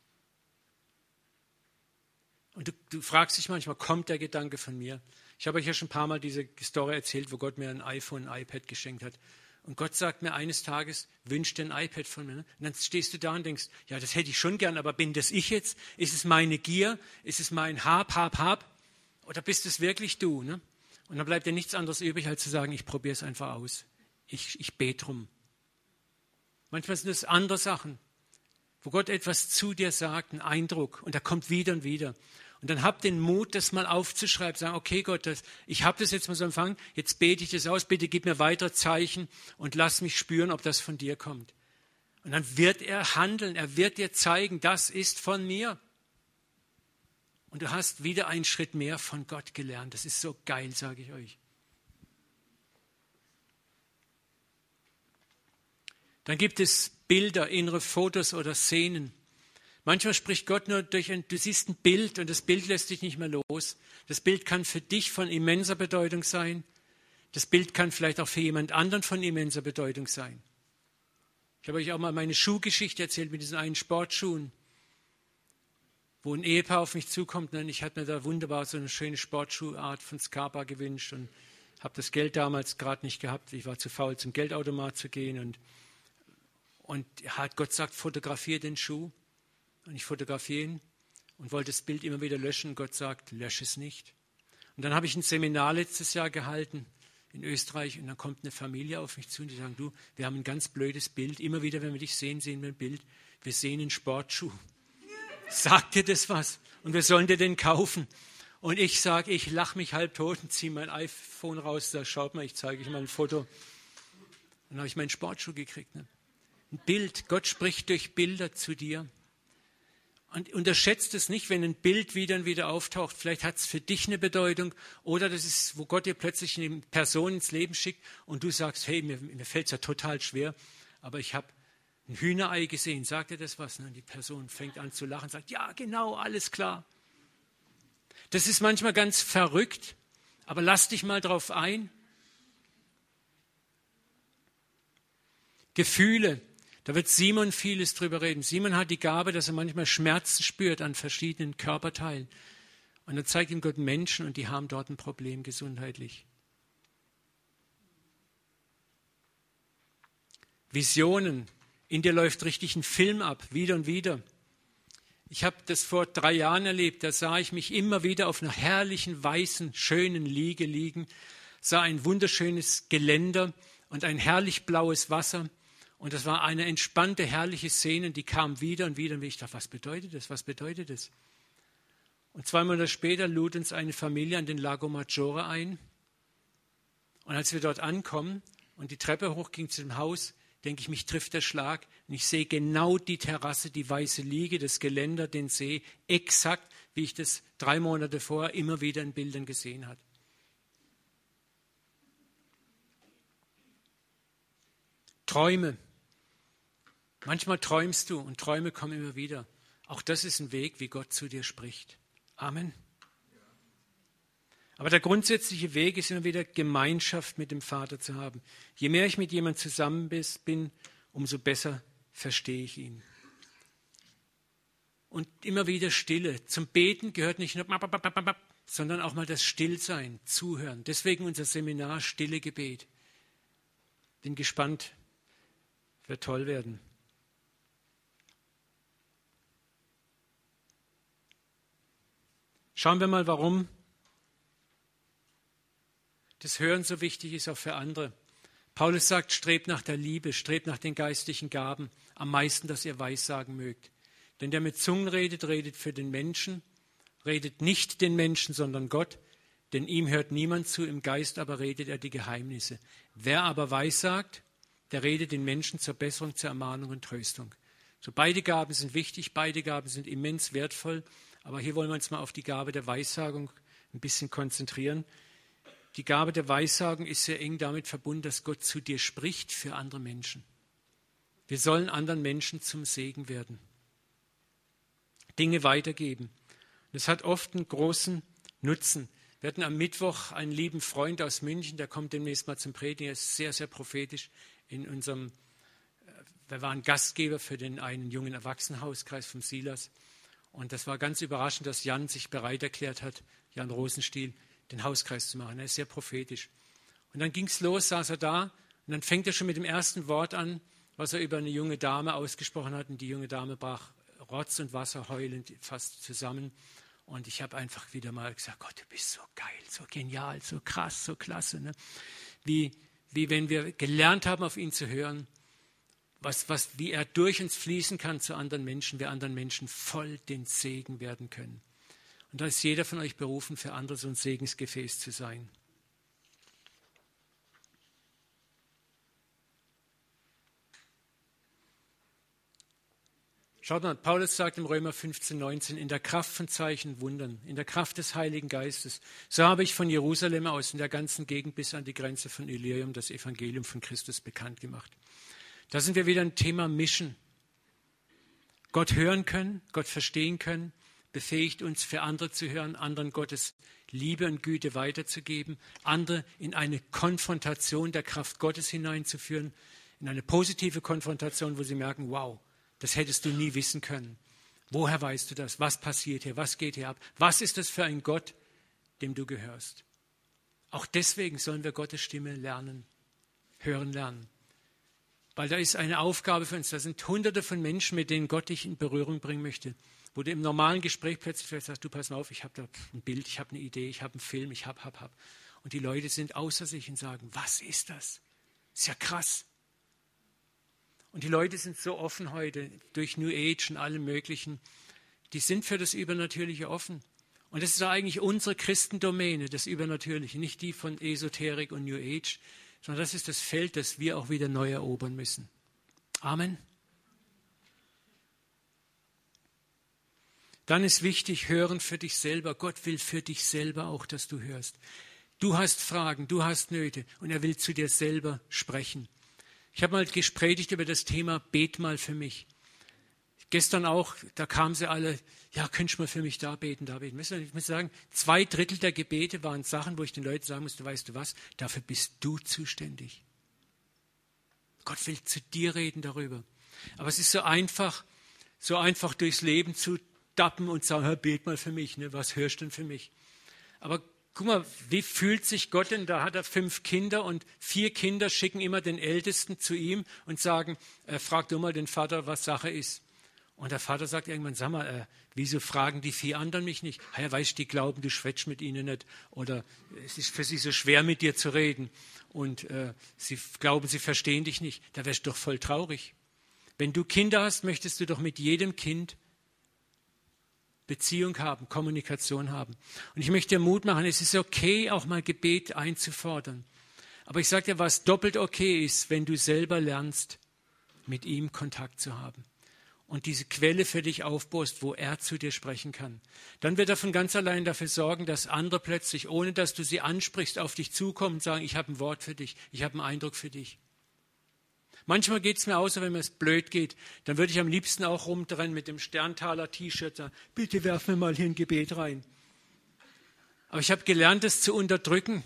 Und du fragst dich manchmal, kommt der Gedanke von mir? Ich habe euch ja schon ein paar Mal diese Story erzählt, wo Gott mir ein iPhone, ein iPad geschenkt hat. Und Gott sagt mir eines Tages, wünsch dir ein iPad von mir. Und dann stehst du da und denkst, ja, das hätte ich schon gern, aber bin das ich jetzt? Ist es meine Gier? Ist es mein Hab? Oder bist es wirklich du? Ne? Und dann bleibt dir nichts anderes übrig, als zu sagen, ich probiere es einfach aus. Ich bete drum. Manchmal sind es andere Sachen, wo Gott etwas zu dir sagt, ein Eindruck. Und der kommt wieder und wieder. Und dann hab den Mut, das mal aufzuschreiben, sagen, okay Gott, ich habe das jetzt mal so empfangen, jetzt bete ich das aus, bitte gib mir weitere Zeichen und lass mich spüren, ob das von dir kommt. Und dann wird er handeln, er wird dir zeigen, das ist von mir. Und du hast wieder einen Schritt mehr von Gott gelernt. Das ist so geil, sage ich euch. Dann gibt es Bilder, innere Fotos oder Szenen. Manchmal spricht Gott nur du siehst ein Bild und das Bild lässt dich nicht mehr los. Das Bild kann für dich von immenser Bedeutung sein. Das Bild kann vielleicht auch für jemand anderen von immenser Bedeutung sein. Ich habe euch auch mal meine Schuhgeschichte erzählt mit diesen einen Sportschuhen, wo ein Ehepaar auf mich zukommt. Und ich hatte mir da wunderbar so eine schöne Sportschuhart von Scarpa gewünscht und habe das Geld damals gerade nicht gehabt. Ich war zu faul, zum Geldautomat zu gehen. Und Gott sagt, fotografiere den Schuh. Und ich fotografiere ihn und wollte das Bild immer wieder löschen. Und Gott sagt, lösche es nicht. Und dann habe ich ein Seminar letztes Jahr gehalten in Österreich. Und dann kommt eine Familie auf mich zu und die sagen, du, wir haben ein ganz blödes Bild. Immer wieder, wenn wir dich sehen, sehen wir ein Bild. Wir sehen einen Sportschuh. Sagt dir das was? Und wir sollen dir den kaufen. Und ich sage, ich lache mich halb tot und ziehe mein iPhone raus. Da schaut mal, ich zeige euch mal ein Foto. Dann habe ich meinen Sportschuh gekriegt. Ne? Ein Bild. Gott spricht durch Bilder zu dir. Und unterschätzt es nicht, wenn ein Bild wieder und wieder auftaucht. Vielleicht hat es für dich eine Bedeutung oder das ist, wo Gott dir plötzlich eine Person ins Leben schickt und du sagst, hey, mir fällt es ja total schwer, aber ich habe ein Hühnerei gesehen. Sagt dir das was? Und die Person fängt an zu lachen und sagt, ja, genau, alles klar. Das ist manchmal ganz verrückt, aber lass dich mal drauf ein. Gefühle. Da wird Simon vieles drüber reden. Simon hat die Gabe, dass er manchmal Schmerzen spürt an verschiedenen Körperteilen. Und dann zeigt ihm Gott Menschen und die haben dort ein Problem gesundheitlich. Visionen. In dir läuft richtig ein Film ab, wieder und wieder. Ich habe das vor 3 Jahren erlebt. Da sah ich mich immer wieder auf einer herrlichen, weißen, schönen Liege liegen, sah ein wunderschönes Geländer und ein herrlich blaues Wasser. Und das war eine entspannte, herrliche Szene, die kam wieder und wieder. Und ich dachte, was bedeutet das? Was bedeutet das? Und 2 Monate später lud uns eine Familie an den Lago Maggiore ein. Und als wir dort ankommen und die Treppe hochging zu dem Haus, denke ich, mich trifft der Schlag. Und ich sehe genau die Terrasse, die weiße Liege, das Geländer, den See, exakt, wie ich das 3 Monate vorher immer wieder in Bildern gesehen habe. Träume. Manchmal träumst du und Träume kommen immer wieder. Auch das ist ein Weg, wie Gott zu dir spricht. Amen. Aber der grundsätzliche Weg ist immer wieder Gemeinschaft mit dem Vater zu haben. Je mehr ich mit jemandem zusammen bin, umso besser verstehe ich ihn. Und immer wieder Stille. Zum Beten gehört nicht nur, sondern auch mal das Stillsein, Zuhören. Deswegen unser Seminar Stille Gebet. Bin gespannt, wird toll werden. Schauen wir mal, warum das Hören so wichtig ist, auch für andere. Paulus sagt, strebt nach der Liebe, strebt nach den geistlichen Gaben, am meisten, dass ihr Weissagen mögt. Denn der mit Zungen redet, redet für den Menschen, redet nicht den Menschen, sondern Gott, denn ihm hört niemand zu, im Geist aber redet er die Geheimnisse. Wer aber Weissagt, der redet den Menschen zur Besserung, zur Ermahnung und Tröstung. So, beide Gaben sind wichtig, beide Gaben sind immens wertvoll, aber hier wollen wir uns mal auf die Gabe der Weissagung ein bisschen konzentrieren. Die Gabe der Weissagung ist sehr eng damit verbunden, dass Gott zu dir spricht für andere Menschen. Wir sollen anderen Menschen zum Segen werden. Dinge weitergeben. Das hat oft einen großen Nutzen. Wir hatten am Mittwoch einen lieben Freund aus München, der kommt demnächst mal zum Predigen, er ist sehr, sehr prophetisch wir waren Gastgeber für den einen jungen Erwachsenenhauskreis vom Silas. Und das war ganz überraschend, dass Jan sich bereit erklärt hat, Jan Rosenstiel, den Hauskreis zu machen. Er ist sehr prophetisch. Und dann ging es los, saß er da und dann fängt er schon mit dem ersten Wort an, was er über eine junge Dame ausgesprochen hat. Und die junge Dame brach Rotz und Wasser heulend fast zusammen. Und ich habe einfach wieder mal gesagt, Gott, du bist so geil, so genial, so krass, so klasse. Ne? Wie wenn wir gelernt haben, auf ihn zu hören, wie er durch uns fließen kann zu anderen Menschen, wir anderen Menschen voll den Segen werden können. Und da ist jeder von euch berufen, für andere so ein Segensgefäß zu sein. Schaut mal, Paulus sagt im Römer 15,19, in der Kraft von Zeichen und Wundern, in der Kraft des Heiligen Geistes, so habe ich von Jerusalem aus in der ganzen Gegend bis an die Grenze von Illyrien das Evangelium von Christus bekannt gemacht. Da sind wir wieder ein Thema Mission. Gott hören können, Gott verstehen können, befähigt uns, für andere zu hören, anderen Gottes Liebe und Güte weiterzugeben, andere in eine Konfrontation der Kraft Gottes hineinzuführen, in eine positive Konfrontation, wo sie merken, wow, das hättest du nie wissen können. Woher weißt du das? Was passiert hier? Was geht hier ab? Was ist das für ein Gott, dem du gehörst? Auch deswegen sollen wir Gottes Stimme lernen, hören lernen. Weil da ist eine Aufgabe für uns. Da sind Hunderte von Menschen, mit denen Gott dich in Berührung bringen möchte. Wo du im normalen Gespräch plötzlich vielleicht sagst, du pass mal auf, ich habe da ein Bild, ich habe eine Idee, ich habe einen Film, ich habe. Und die Leute sind außer sich und sagen, was ist das? Ist ja krass. Und die Leute sind so offen heute, durch New Age und allem Möglichen. Die sind für das Übernatürliche offen. Und das ist eigentlich unsere Christendomäne, das Übernatürliche. Nicht die von Esoterik und New Age, sondern das ist das Feld, das wir auch wieder neu erobern müssen. Amen. Dann ist wichtig, hören für dich selber. Gott will für dich selber auch, dass du hörst. Du hast Fragen, du hast Nöte und er will zu dir selber sprechen. Ich habe mal gepredigt über das Thema, bet mal für mich. Gestern auch, da kamen sie alle, ja, könntest du mal für mich da beten. Ich muss sagen, 2/3 der Gebete waren Sachen, wo ich den Leuten sagen musste, weißt du was, dafür bist du zuständig. Gott will zu dir reden darüber. Aber es ist so einfach durchs Leben zu dappen und sagen, hör, bet mal für mich, ne? Was hörst du denn für mich? Aber guck mal, wie fühlt sich Gott denn? Da hat er 5 Kinder und 4 Kinder schicken immer den Ältesten zu ihm und sagen, frag du mal den Vater, was Sache ist. Und der Vater sagt irgendwann, sag mal, wieso fragen die 4 anderen mich nicht? Ja, weißt du, die glauben, du schwätzt mit ihnen nicht. Oder es ist für sie so schwer, mit dir zu reden. Und sie glauben, sie verstehen dich nicht. Da wärst du doch voll traurig. Wenn du Kinder hast, möchtest du doch mit jedem Kind Beziehung haben, Kommunikation haben. Und ich möchte dir Mut machen, es ist okay, auch mal Gebet einzufordern. Aber ich sage dir, was doppelt okay ist, wenn du selber lernst, mit ihm Kontakt zu haben. Und diese Quelle für dich aufbaust, wo er zu dir sprechen kann. Dann wird er von ganz allein dafür sorgen, dass andere plötzlich, ohne dass du sie ansprichst, auf dich zukommen und sagen, ich habe ein Wort für dich, ich habe einen Eindruck für dich. Manchmal geht es mir aus, wenn mir es blöd geht, dann würde ich am liebsten auch rumrennen mit dem Sterntaler T-Shirt, sagen, bitte werf mir mal hier ein Gebet rein. Aber ich habe gelernt, es zu unterdrücken.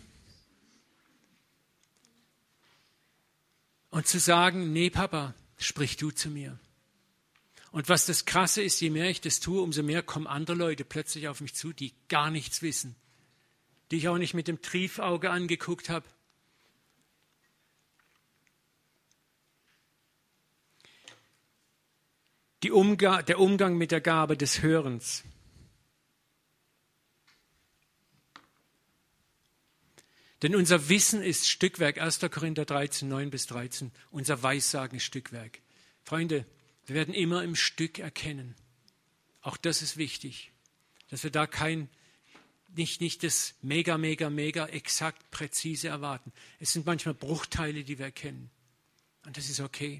Und zu sagen, nee Papa, sprich du zu mir. Und was das Krasse ist, je mehr ich das tue, umso mehr kommen andere Leute plötzlich auf mich zu, die gar nichts wissen, die ich auch nicht mit dem Triefauge angeguckt habe. Der Umgang mit der Gabe des Hörens. Denn unser Wissen ist Stückwerk, 1. Korinther 13, 9-13. Unser Weissagen ist Stückwerk. Freunde, wir werden immer im Stück erkennen. Auch das ist wichtig, dass wir da nicht das mega exakt präzise erwarten. Es sind manchmal Bruchteile, die wir erkennen. Und das ist okay.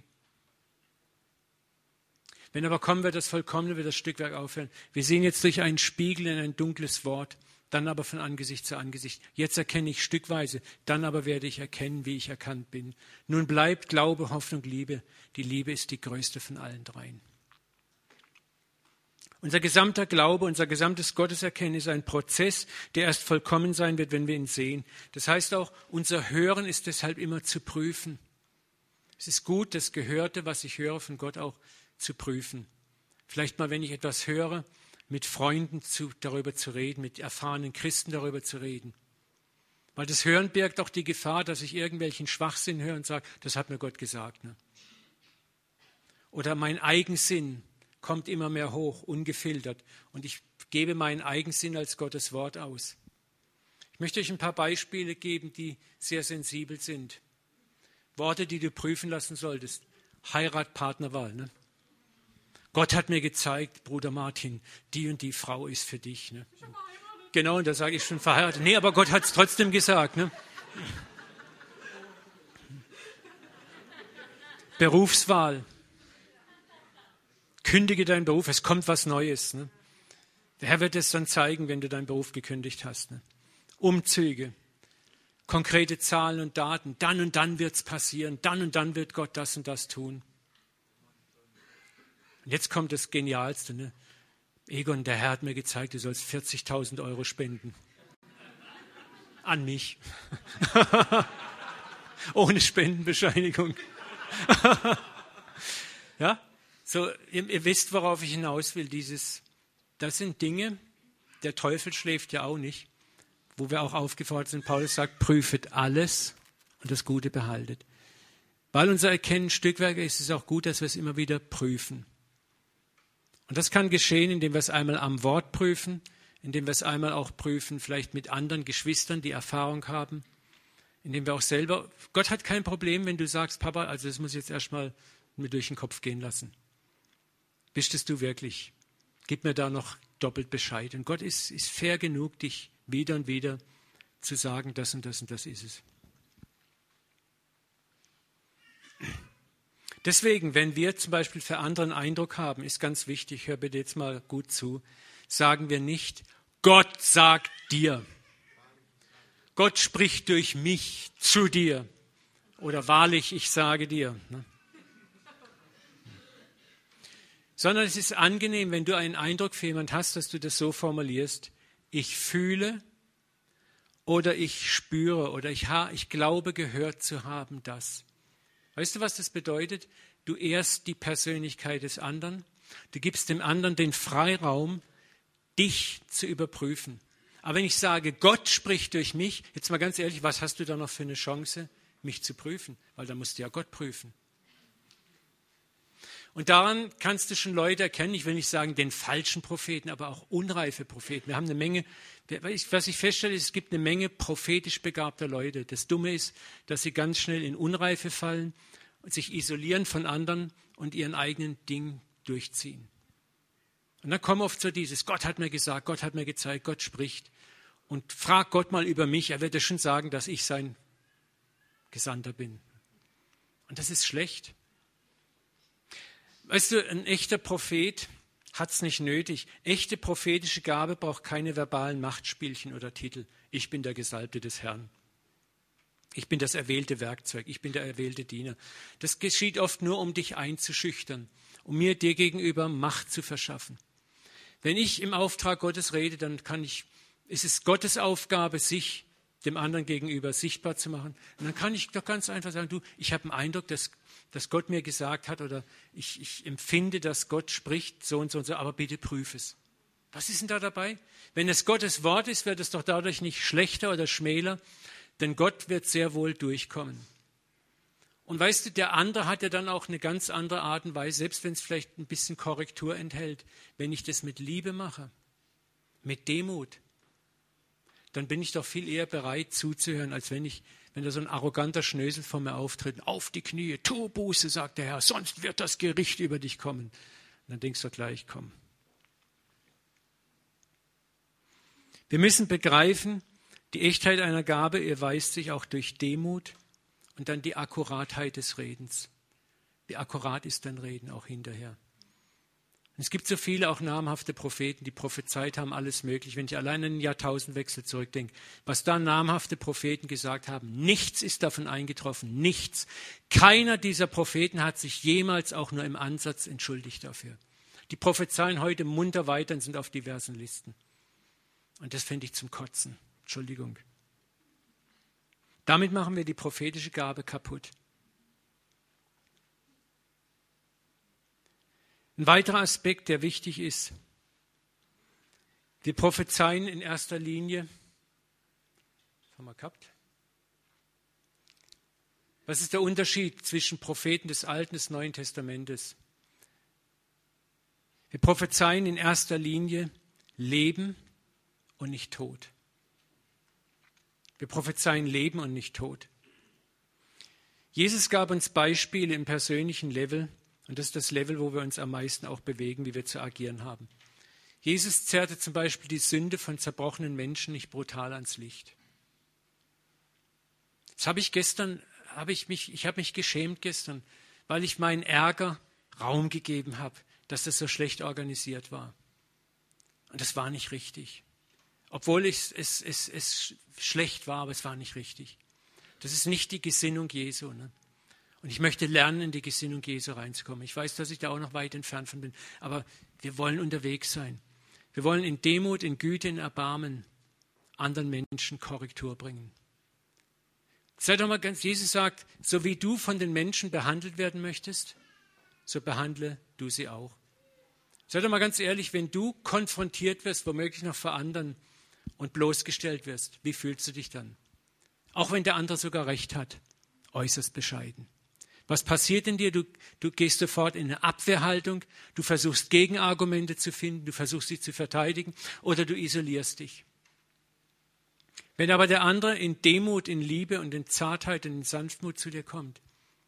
Wenn aber kommen wird das Vollkommene, wird das Stückwerk aufhören. Wir sehen jetzt durch einen Spiegel in ein dunkles Wort, dann aber von Angesicht zu Angesicht. Jetzt erkenne ich stückweise, dann aber werde ich erkennen, wie ich erkannt bin. Nun bleibt Glaube, Hoffnung, Liebe. Die Liebe ist die größte von allen dreien. Unser gesamter Glaube, unser gesamtes Gotteserkennen ist ein Prozess, der erst vollkommen sein wird, wenn wir ihn sehen. Das heißt auch, unser Hören ist deshalb immer zu prüfen. Es ist gut, das Gehörte, was ich höre von Gott, auch zu prüfen. Vielleicht mal, wenn ich etwas höre, mit Freunden darüber zu reden, mit erfahrenen Christen darüber zu reden. Weil das Hören birgt auch die Gefahr, dass ich irgendwelchen Schwachsinn höre und sage, das hat mir Gott gesagt. Ne? Oder mein Eigensinn kommt immer mehr hoch, ungefiltert. Und ich gebe meinen Eigensinn als Gottes Wort aus. Ich möchte euch ein paar Beispiele geben, die sehr sensibel sind. Worte, die du prüfen lassen solltest. Heirat, Partnerwahl. Ne? Gott hat mir gezeigt, Bruder Martin, die und die Frau ist für dich. Ne? Genau, und da sage ich schon verheiratet. Nee, aber Gott hat es trotzdem gesagt. Ne? Berufswahl. Kündige deinen Beruf, es kommt was Neues. Ne? Der Herr wird es dann zeigen, wenn du deinen Beruf gekündigt hast. Ne? Umzüge. Konkrete Zahlen und Daten. Dann und dann wird es passieren. Dann und dann wird Gott das und das tun. Und jetzt kommt das Genialste. Ne? Egon, der Herr hat mir gezeigt, du sollst 40.000 Euro spenden. An mich. Ohne Spendenbescheinigung. Ja, so, ihr wisst, worauf ich hinaus will. Das sind Dinge, der Teufel schläft ja auch nicht, wo wir auch aufgefordert sind. Paulus sagt, prüfet alles und das Gute behaltet. Weil unser Erkennen Stückwerke ist, ist es auch gut, dass wir es immer wieder prüfen. Und das kann geschehen, indem wir es einmal am Wort prüfen, indem wir es einmal auch prüfen, vielleicht mit anderen Geschwistern, die Erfahrung haben, indem wir auch selber, Gott hat kein Problem, wenn du sagst, Papa, also das muss ich jetzt erstmal mir durch den Kopf gehen lassen. Bist es du wirklich? Gib mir da noch doppelt Bescheid. Und Gott ist fair genug, dich wieder und wieder zu sagen, das und das und das ist es. Deswegen, wenn wir zum Beispiel für andere einen Eindruck haben, ist ganz wichtig, hör bitte jetzt mal gut zu, sagen wir nicht, Gott sagt dir. Gott spricht durch mich zu dir. Oder wahrlich, ich sage dir. Sondern es ist angenehm, wenn du einen Eindruck für jemanden hast, dass du das so formulierst, ich fühle oder ich spüre oder ich glaube gehört zu haben das. Weißt du, was das bedeutet? Du ehrst die Persönlichkeit des anderen. Du gibst dem anderen den Freiraum, dich zu überprüfen. Aber wenn ich sage, Gott spricht durch mich, jetzt mal ganz ehrlich, was hast du da noch für eine Chance, mich zu prüfen? Weil da musst du ja Gott prüfen. Und daran kannst du schon Leute erkennen, ich will nicht sagen den falschen Propheten, aber auch unreife Propheten. Wir haben eine Menge, was ich feststelle, ist, es gibt eine Menge prophetisch begabter Leute. Das Dumme ist, dass sie ganz schnell in Unreife fallen und sich isolieren von anderen und ihren eigenen Ding durchziehen. Und dann kommt oft so dieses, Gott hat mir gesagt, Gott hat mir gezeigt, Gott spricht. Und frag Gott mal über mich, er wird dir schon sagen, dass ich sein Gesandter bin. Und das ist schlecht. Weißt du, ein echter Prophet hat es nicht nötig. Echte prophetische Gabe braucht keine verbalen Machtspielchen oder Titel. Ich bin der Gesalbte des Herrn. Ich bin das erwählte Werkzeug. Ich bin der erwählte Diener. Das geschieht oft nur, um dich einzuschüchtern, um dir gegenüber Macht zu verschaffen. Wenn ich im Auftrag Gottes rede, dann ist es Gottes Aufgabe, sich dem anderen gegenüber sichtbar zu machen. Und dann kann ich doch ganz einfach sagen, du, ich habe einen Eindruck, dass Gott mir gesagt hat oder ich empfinde, dass Gott spricht, so und so und so, aber bitte prüf es. Was ist denn da dabei? Wenn es Gottes Wort ist, wird es doch dadurch nicht schlechter oder schmäler, denn Gott wird sehr wohl durchkommen. Und weißt du, der andere hat ja dann auch eine ganz andere Art und Weise, selbst wenn es vielleicht ein bisschen Korrektur enthält. Wenn ich das mit Liebe mache, mit Demut, dann bin ich doch viel eher bereit zuzuhören, als wenn da so ein arroganter Schnösel vor mir auftritt. Auf die Knie, tu Buße, sagt der Herr, sonst wird das Gericht über dich kommen. Und dann denkst du gleich, komm. Wir müssen begreifen, die Echtheit einer Gabe erweist sich auch durch Demut und dann die Akkuratheit des Redens. Wie akkurat ist dein Reden auch hinterher? Und es gibt so viele auch namhafte Propheten, die prophezeit haben, alles möglich. Wenn ich allein an den Jahrtausendwechsel zurückdenke, was da namhafte Propheten gesagt haben, nichts ist davon eingetroffen, nichts. Keiner dieser Propheten hat sich jemals auch nur im Ansatz entschuldigt dafür. Die prophezeien heute munter weiter und sind auf diversen Listen. Und das finde ich zum Kotzen. Entschuldigung. Damit machen wir die prophetische Gabe kaputt. Ein weiterer Aspekt, der wichtig ist, wir prophezeien in erster Linie, was haben wir gehabt? Was ist der Unterschied zwischen Propheten des Alten und des Neuen Testamentes? Wir prophezeien in erster Linie Leben und nicht Tod. Wir prophezeien Leben und nicht Tod. Jesus gab uns Beispiele im persönlichen Level, und das ist das Level, wo wir uns am meisten auch bewegen, wie wir zu agieren haben. Jesus zerrte zum Beispiel die Sünde von zerbrochenen Menschen nicht brutal ans Licht. Das habe ich mich geschämt gestern, weil ich meinen Ärger Raum gegeben habe, dass das so schlecht organisiert war. Und das war nicht richtig. Obwohl es schlecht war, aber es war nicht richtig. Das ist nicht die Gesinnung Jesu. Ne? Und ich möchte lernen, in die Gesinnung Jesu reinzukommen. Ich weiß, dass ich da auch noch weit entfernt von bin, aber wir wollen unterwegs sein. Wir wollen in Demut, in Güte, in Erbarmen anderen Menschen Korrektur bringen. Sei doch mal ganz, Jesus sagt, so wie du von den Menschen behandelt werden möchtest, so behandle du sie auch. Sei doch mal ganz ehrlich, wenn du konfrontiert wirst, womöglich noch vor anderen und bloßgestellt wirst, wie fühlst du dich dann? Auch wenn der andere sogar recht hat, äußerst bescheiden. Was passiert in dir? Du gehst sofort in eine Abwehrhaltung, du versuchst Gegenargumente zu finden, du versuchst sie zu verteidigen oder du isolierst dich. Wenn aber der andere in Demut, in Liebe und in Zartheit und in Sanftmut zu dir kommt,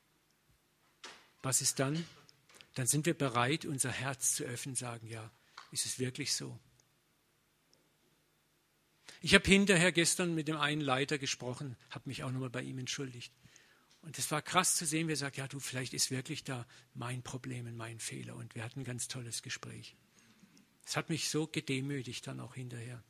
was ist dann? Dann sind wir bereit, unser Herz zu öffnen, sagen, ja, ist es wirklich so? Ich habe hinterher gestern mit dem einen Leiter gesprochen, habe mich auch nochmal bei ihm entschuldigt. Und es war krass zu sehen, wie er sagt, ja du, vielleicht ist wirklich da mein Problem und mein Fehler. Und wir hatten ein ganz tolles Gespräch. Es hat mich so gedemütigt dann auch hinterher.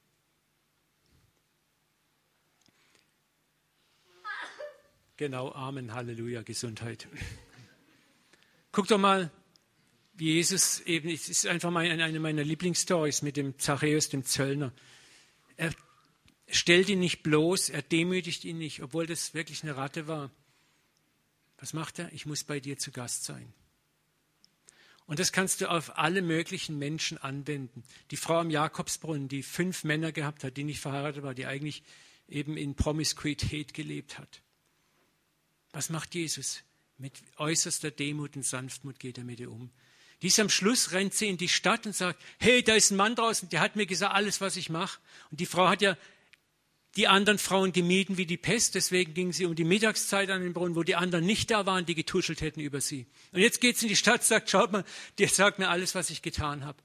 Genau, Amen, Halleluja, Gesundheit. Guck doch mal, wie Jesus eben, es ist einfach eine meiner Lieblingsstories mit dem Zachäus, dem Zöllner. Er stellt ihn nicht bloß, er demütigt ihn nicht, obwohl das wirklich eine Ratte war. Was macht er? Ich muss bei dir zu Gast sein. Und das kannst du auf alle möglichen Menschen anwenden. Die Frau am Jakobsbrunnen, die 5 Männer gehabt hat, die nicht verheiratet war, die eigentlich eben in Promiskuität gelebt hat. Was macht Jesus? Mit äußerster Demut und Sanftmut geht er mit ihr um. Dies am Schluss rennt sie in die Stadt und sagt, hey, da ist ein Mann draußen, der hat mir gesagt, alles, was ich mache. Und die Frau hat ja die anderen Frauen gemieden wie die Pest, deswegen ging sie um die Mittagszeit an den Brunnen, wo die anderen nicht da waren, die getuschelt hätten über sie. Und jetzt geht sie in die Stadt und sagt, schaut mal, der sagt mir alles, was ich getan habe.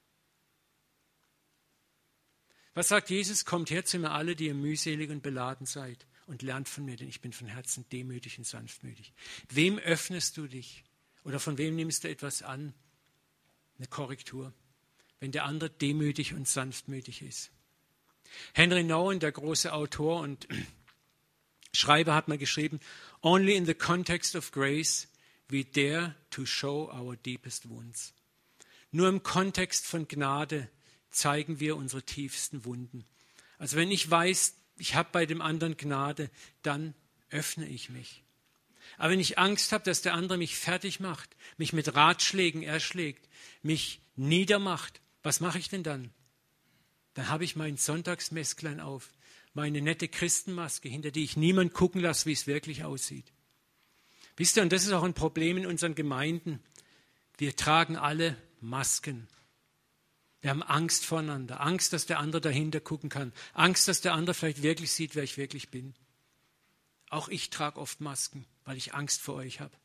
Was sagt Jesus? Kommt her zu mir alle, die ihr mühselig und beladen seid und lernt von mir, denn ich bin von Herzen demütig und sanftmütig. Wem öffnest du dich? Oder von wem nimmst du etwas an? Eine Korrektur. Wenn der andere demütig und sanftmütig ist. Henry Nouwen, der große Autor und Schreiber, hat mal geschrieben, Only in the context of grace we dare to show our deepest wounds. Nur im Kontext von Gnade zeigen wir unsere tiefsten Wunden. Also wenn ich weiß, ich habe bei dem anderen Gnade, dann öffne ich mich. Aber wenn ich Angst habe, dass der andere mich fertig macht, mich mit Ratschlägen erschlägt, mich niedermacht, was mache ich denn dann? Dann habe ich mein Sonntagsmäsklein auf, meine nette Christenmaske, hinter die ich niemand gucken lasse, wie es wirklich aussieht. Wisst ihr, und das ist auch ein Problem in unseren Gemeinden. Wir tragen alle Masken. Wir haben Angst voreinander, Angst, dass der andere dahinter gucken kann, Angst, dass der andere vielleicht wirklich sieht, wer ich wirklich bin. Auch ich trage oft Masken, weil ich Angst vor euch habe.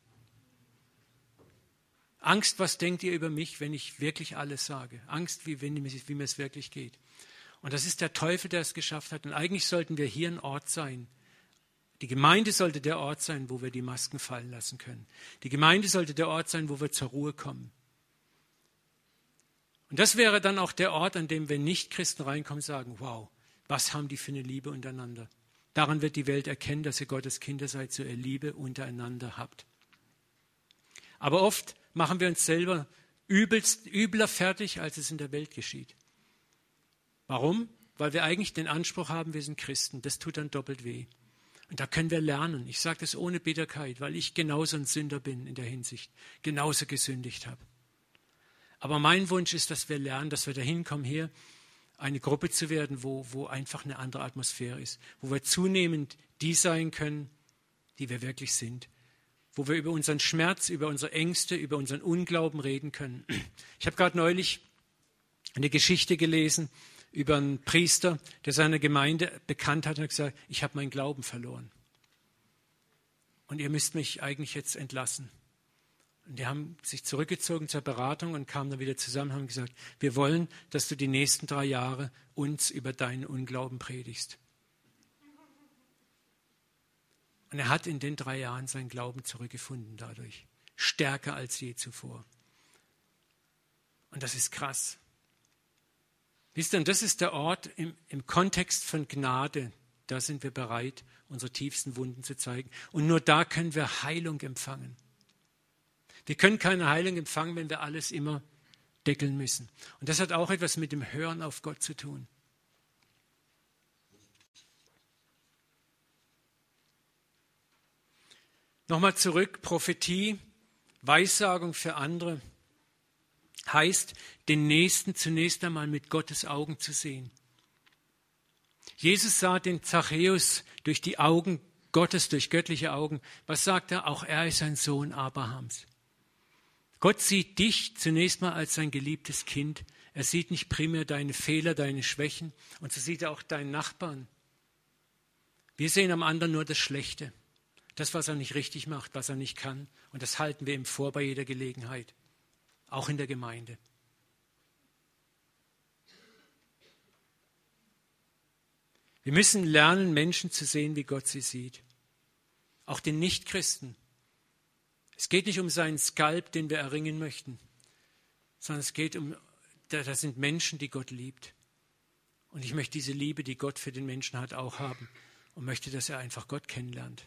Angst, was denkt ihr über mich, wenn ich wirklich alles sage? Angst, wie mir es wirklich geht. Und das ist der Teufel, der es geschafft hat. Und eigentlich sollten wir hier ein Ort sein. Die Gemeinde sollte der Ort sein, wo wir die Masken fallen lassen können. Die Gemeinde sollte der Ort sein, wo wir zur Ruhe kommen. Und das wäre dann auch der Ort, an dem, wenn Nicht-Christen reinkommen, sagen, wow, was haben die für eine Liebe untereinander? Daran wird die Welt erkennen, dass ihr Gottes Kinder seid, so ihr Liebe untereinander habt. Aber oft machen wir uns selber übler fertig, als es in der Welt geschieht. Warum? Weil wir eigentlich den Anspruch haben, wir sind Christen. Das tut dann doppelt weh. Und da können wir lernen. Ich sage das ohne Bitterkeit, weil ich genauso ein Sünder bin in der Hinsicht, genauso gesündigt habe. Aber mein Wunsch ist, dass wir lernen, dass wir dahin kommen, hier eine Gruppe zu werden, wo einfach eine andere Atmosphäre ist, wo wir zunehmend die sein können, die wir wirklich sind, wo wir über unseren Schmerz, über unsere Ängste, über unseren Unglauben reden können. Ich habe gerade neulich eine Geschichte gelesen über einen Priester, der seine Gemeinde bekannt hat und hat gesagt, ich habe meinen Glauben verloren. Und ihr müsst mich eigentlich jetzt entlassen. Und die haben sich zurückgezogen zur Beratung und kamen dann wieder zusammen und haben gesagt, wir wollen, dass du die nächsten 3 Jahre uns über deinen Unglauben predigst. Und er hat in den 3 Jahren seinen Glauben zurückgefunden dadurch. Stärker als je zuvor. Und das ist krass. Wisst ihr, und das ist der Ort im Kontext von Gnade, da sind wir bereit, unsere tiefsten Wunden zu zeigen. Und nur da können wir Heilung empfangen. Wir können keine Heilung empfangen, wenn wir alles immer deckeln müssen. Und das hat auch etwas mit dem Hören auf Gott zu tun. Nochmal zurück, Prophetie, Weissagung für andere heißt, den Nächsten zunächst einmal mit Gottes Augen zu sehen. Jesus sah den Zachäus durch die Augen Gottes, durch göttliche Augen. Was sagt er? Auch er ist ein Sohn Abrahams. Gott sieht dich zunächst mal als sein geliebtes Kind. Er sieht nicht primär deine Fehler, deine Schwächen. Und so sieht er auch deinen Nachbarn. Wir sehen am anderen nur das Schlechte. Das, was er nicht richtig macht, was er nicht kann. Und das halten wir ihm vor bei jeder Gelegenheit. Auch in der Gemeinde. Wir müssen lernen, Menschen zu sehen, wie Gott sie sieht. Auch den Nichtchristen. Es geht nicht um seinen Skalp, den wir erringen möchten, sondern es geht das sind Menschen, die Gott liebt. Und ich möchte diese Liebe, die Gott für den Menschen hat, auch haben und möchte, dass er einfach Gott kennenlernt.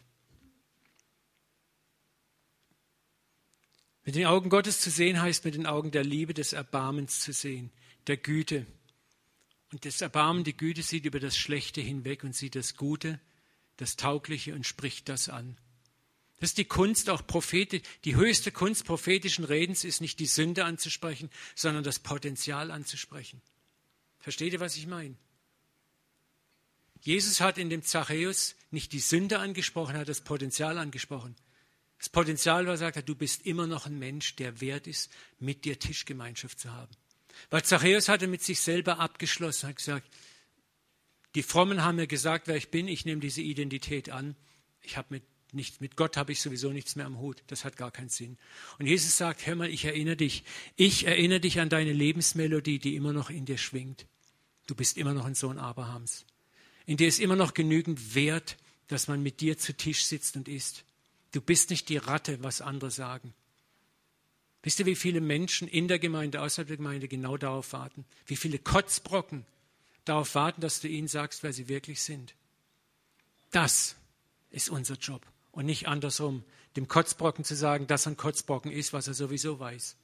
Mit den Augen Gottes zu sehen, heißt mit den Augen der Liebe, des Erbarmens zu sehen, der Güte. Und das Erbarmen, die Güte sieht über das Schlechte hinweg und sieht das Gute, das Taugliche und spricht das an. Das ist die Kunst, auch die höchste Kunst prophetischen Redens ist nicht die Sünde anzusprechen, sondern das Potenzial anzusprechen. Versteht ihr, was ich meine? Jesus hat in dem Zachäus nicht die Sünde angesprochen, er hat das Potenzial angesprochen. Das Potenzial war, sagt er, du bist immer noch ein Mensch, der wert ist, mit dir Tischgemeinschaft zu haben. Weil Zachäus hatte mit sich selber abgeschlossen, hat gesagt, die Frommen haben mir gesagt, wer ich bin, ich nehme diese Identität an. Mit Gott habe ich sowieso nichts mehr am Hut, das hat gar keinen Sinn. Und Jesus sagt, hör mal, ich erinnere dich an deine Lebensmelodie, die immer noch in dir schwingt. Du bist immer noch ein Sohn Abrahams. In dir ist immer noch genügend Wert, dass man mit dir zu Tisch sitzt und isst. Du bist nicht die Ratte, was andere sagen. Wisst ihr, wie viele Menschen in der Gemeinde, außerhalb der Gemeinde genau darauf warten? Wie viele Kotzbrocken darauf warten, dass du ihnen sagst, wer sie wirklich sind? Das ist unser Job. Und nicht andersrum, dem Kotzbrocken zu sagen, dass er ein Kotzbrocken ist, was er sowieso weiß.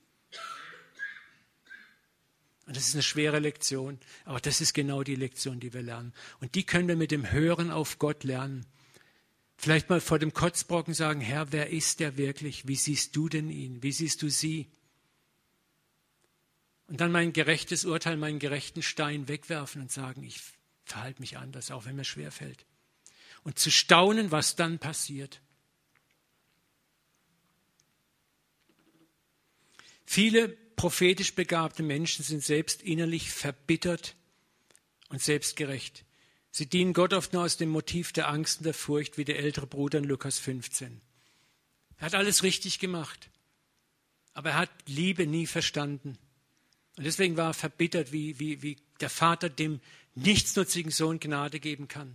Und das ist eine schwere Lektion, aber das ist genau die Lektion, die wir lernen. Und die können wir mit dem Hören auf Gott lernen. Vielleicht mal vor dem Kotzbrocken sagen, Herr, wer ist der wirklich? Wie siehst du denn ihn? Wie siehst du sie? Und dann mein gerechtes Urteil, meinen gerechten Stein wegwerfen und sagen, ich verhalte mich anders, auch wenn mir schwerfällt. Und zu staunen, was dann passiert. Viele prophetisch begabte Menschen sind selbst innerlich verbittert und selbstgerecht. Sie dienen Gott oft nur aus dem Motiv der Angst und der Furcht, wie der ältere Bruder in Lukas 15. Er hat alles richtig gemacht, aber er hat Liebe nie verstanden. Und deswegen war er verbittert, wie der Vater dem nichtsnutzigen Sohn Gnade geben kann.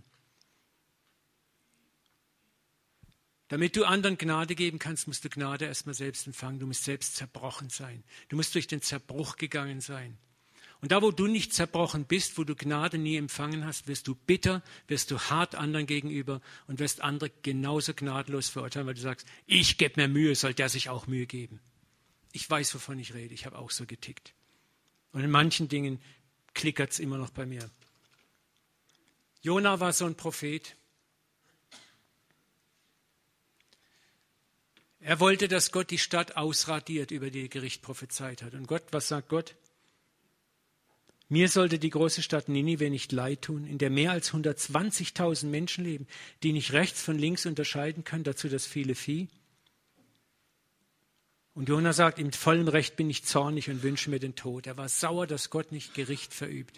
Damit du anderen Gnade geben kannst, musst du Gnade erstmal selbst empfangen. Du musst selbst zerbrochen sein. Du musst durch den Zerbruch gegangen sein. Und da, wo du nicht zerbrochen bist, wo du Gnade nie empfangen hast, wirst du bitter, wirst du hart anderen gegenüber und wirst andere genauso gnadenlos verurteilen, weil du sagst, ich gebe mir Mühe, soll der sich auch Mühe geben. Ich weiß, wovon ich rede. Ich habe auch so getickt. Und in manchen Dingen klickert es immer noch bei mir. Jona war so ein Prophet. Er wollte, dass Gott die Stadt ausradiert, über die Gericht prophezeit hat. Und Gott, was sagt Gott? Mir sollte die große Stadt Ninive nicht leid tun, in der mehr als 120.000 Menschen leben, die nicht rechts von links unterscheiden können, dazu das viele Vieh. Und Jona sagt, mit vollem Recht bin ich zornig und wünsche mir den Tod. Er war sauer, dass Gott nicht Gericht verübt.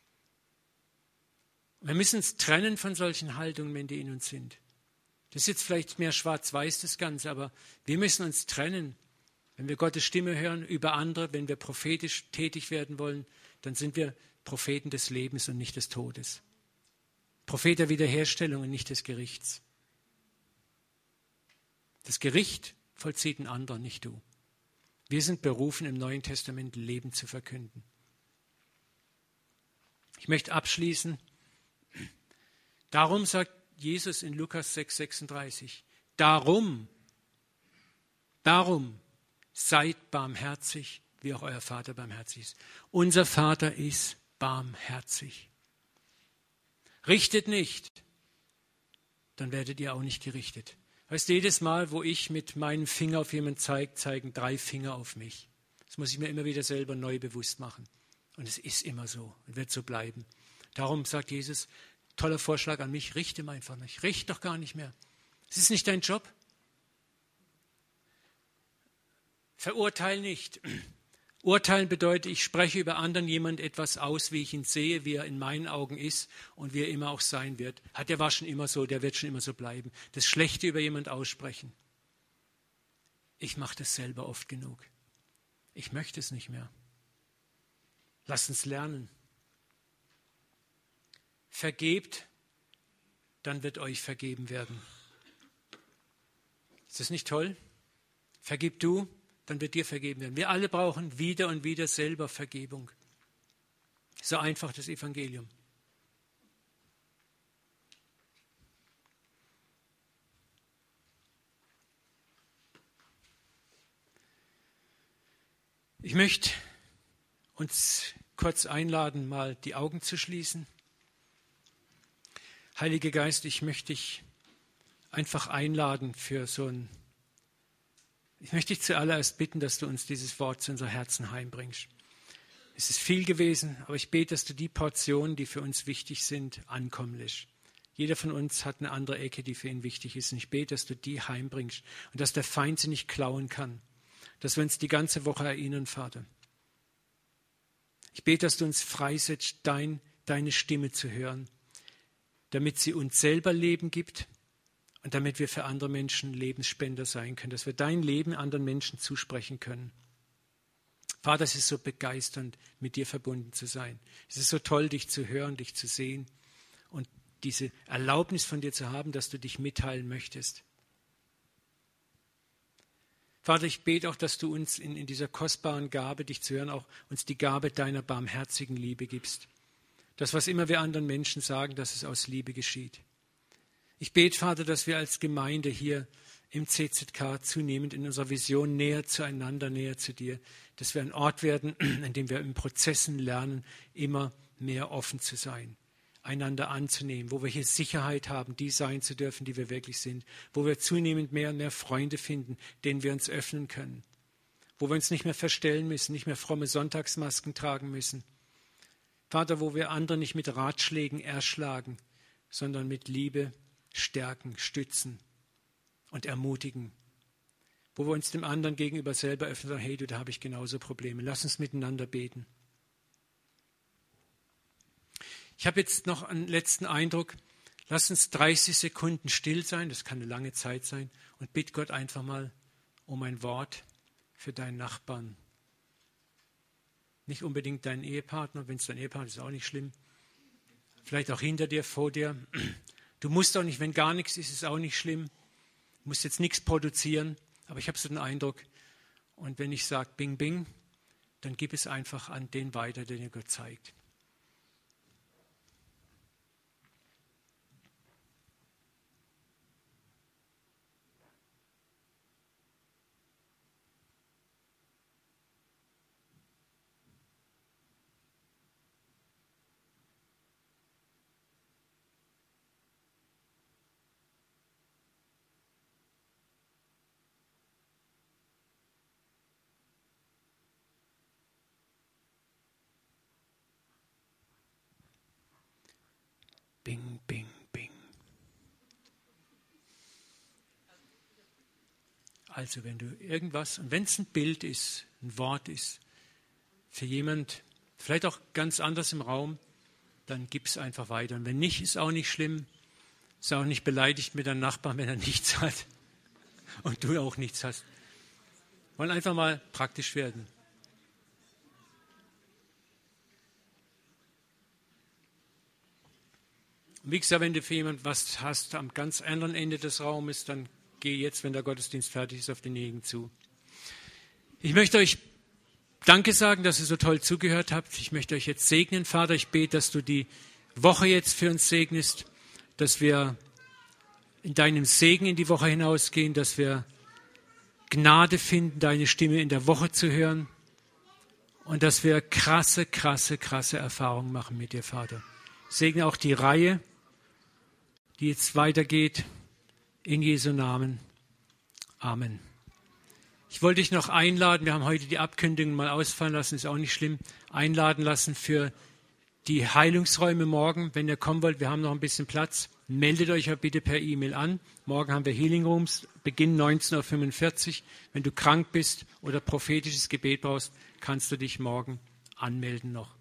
Wir müssen uns trennen von solchen Haltungen, wenn die in uns sind. Das ist jetzt vielleicht mehr schwarz-weiß, das Ganze, aber wir müssen uns trennen. Wenn wir Gottes Stimme hören über andere, wenn wir prophetisch tätig werden wollen, dann sind wir Propheten des Lebens und nicht des Todes. Prophet der Wiederherstellung und nicht des Gerichts. Das Gericht vollzieht ein anderer, nicht du. Wir sind berufen, im Neuen Testament Leben zu verkünden. Ich möchte abschließen. Darum sagt Jesus in Lukas 6,36, darum seid barmherzig, wie auch euer Vater barmherzig ist. Unser Vater ist barmherzig. Richtet nicht, dann werdet ihr auch nicht gerichtet. Weißt du, jedes Mal, wo ich mit meinem Finger auf jemanden zeige, zeigen 3 Finger auf mich. Das muss ich mir immer wieder selber neu bewusst machen. Und es ist immer so und wird so bleiben. Darum sagt Jesus, toller Vorschlag an mich, richte einfach nicht. Richte doch gar nicht mehr. Es ist nicht dein Job. Verurteile nicht. Urteilen bedeutet, ich spreche über anderen jemand etwas aus, wie ich ihn sehe, wie er in meinen Augen ist und wie er immer auch sein wird. Der war schon immer so, der wird schon immer so bleiben. Das Schlechte über jemand aussprechen. Ich mache das selber oft genug. Ich möchte es nicht mehr. Lasst uns lernen. Vergebt, dann wird euch vergeben werden. Ist das nicht toll? Vergib du, dann wird dir vergeben werden. Wir alle brauchen wieder und wieder selber Vergebung. So einfach das Evangelium. Ich möchte uns kurz einladen, mal die Augen zu schließen. Heiliger Geist, ich möchte dich einfach einladen für ich möchte dich zuallererst bitten, dass du uns dieses Wort zu unser Herzen heimbringst. Es ist viel gewesen, aber ich bete, dass du die Portionen, die für uns wichtig sind, ankommen lässt. Jeder von uns hat eine andere Ecke, die für ihn wichtig ist. Und ich bete, dass du die heimbringst und dass der Feind sie nicht klauen kann. Dass wir uns die ganze Woche erinnern, Vater. Ich bete, dass du uns freisetzt, deine Stimme zu hören, damit sie uns selber Leben gibt und damit wir für andere Menschen Lebensspender sein können, dass wir dein Leben anderen Menschen zusprechen können. Vater, es ist so begeisternd, mit dir verbunden zu sein. Es ist so toll, dich zu hören, dich zu sehen und diese Erlaubnis von dir zu haben, dass du dich mitteilen möchtest. Vater, ich bete auch, dass du uns in dieser kostbaren Gabe, dich zu hören, auch uns die Gabe deiner barmherzigen Liebe gibst. Das, was immer wir anderen Menschen sagen, dass es aus Liebe geschieht. Ich bete, Vater, dass wir als Gemeinde hier im CZK zunehmend in unserer Vision näher zueinander, näher zu dir, dass wir ein Ort werden, in dem wir in Prozessen lernen, immer mehr offen zu sein, einander anzunehmen, wo wir hier Sicherheit haben, die sein zu dürfen, die wir wirklich sind, wo wir zunehmend mehr und mehr Freunde finden, denen wir uns öffnen können, wo wir uns nicht mehr verstellen müssen, nicht mehr fromme Sonntagsmasken tragen müssen. Vater, wo wir andere nicht mit Ratschlägen erschlagen, sondern mit Liebe stärken, stützen und ermutigen. Wo wir uns dem anderen gegenüber selber öffnen und sagen, hey, da habe ich genauso Probleme. Lass uns miteinander beten. Ich habe jetzt noch einen letzten Eindruck. Lass uns 30 Sekunden still sein, das kann eine lange Zeit sein, und bitt Gott einfach mal um ein Wort für deinen Nachbarn. Nicht unbedingt deinen Ehepartner, wenn es dein Ehepartner ist, ist auch nicht schlimm. Vielleicht auch hinter dir, vor dir. Du musst auch nicht, wenn gar nichts ist, ist auch nicht schlimm. Du musst jetzt nichts produzieren, aber ich habe so den Eindruck, und wenn ich sage Bing, Bing, dann gib es einfach an den weiter, den dir Gott zeigt. Bing, bing, bing. Also wenn du irgendwas, und wenn es ein Bild ist, ein Wort ist, für jemand, vielleicht auch ganz anders im Raum, dann gib es einfach weiter. Und wenn nicht, ist auch nicht schlimm. Ist auch nicht beleidigt mit deinem Nachbarn, wenn er nichts hat und du auch nichts hast. Wollen einfach mal praktisch werden. Und wie gesagt, wenn du für jemanden was hast am ganz anderen Ende des Raumes, dann geh jetzt, wenn der Gottesdienst fertig ist, auf denjenigen zu. Ich möchte euch Danke sagen, dass ihr so toll zugehört habt. Ich möchte euch jetzt segnen, Vater. Ich bete, dass du die Woche jetzt für uns segnest, dass wir in deinem Segen in die Woche hinausgehen, dass wir Gnade finden, deine Stimme in der Woche zu hören und dass wir krasse Erfahrungen machen mit dir, Vater. Segne auch die Reihe, die jetzt weitergeht, in Jesu Namen. Amen. Ich wollte dich noch einladen, wir haben heute die Abkündigung mal ausfallen lassen, ist auch nicht schlimm, einladen lassen für die Heilungsräume morgen. Wenn ihr kommen wollt, wir haben noch ein bisschen Platz. Meldet euch ja bitte per E-Mail an. Morgen haben wir Healing Rooms, Beginn 19:45 Uhr. Wenn du krank bist oder prophetisches Gebet brauchst, kannst du dich morgen anmelden noch.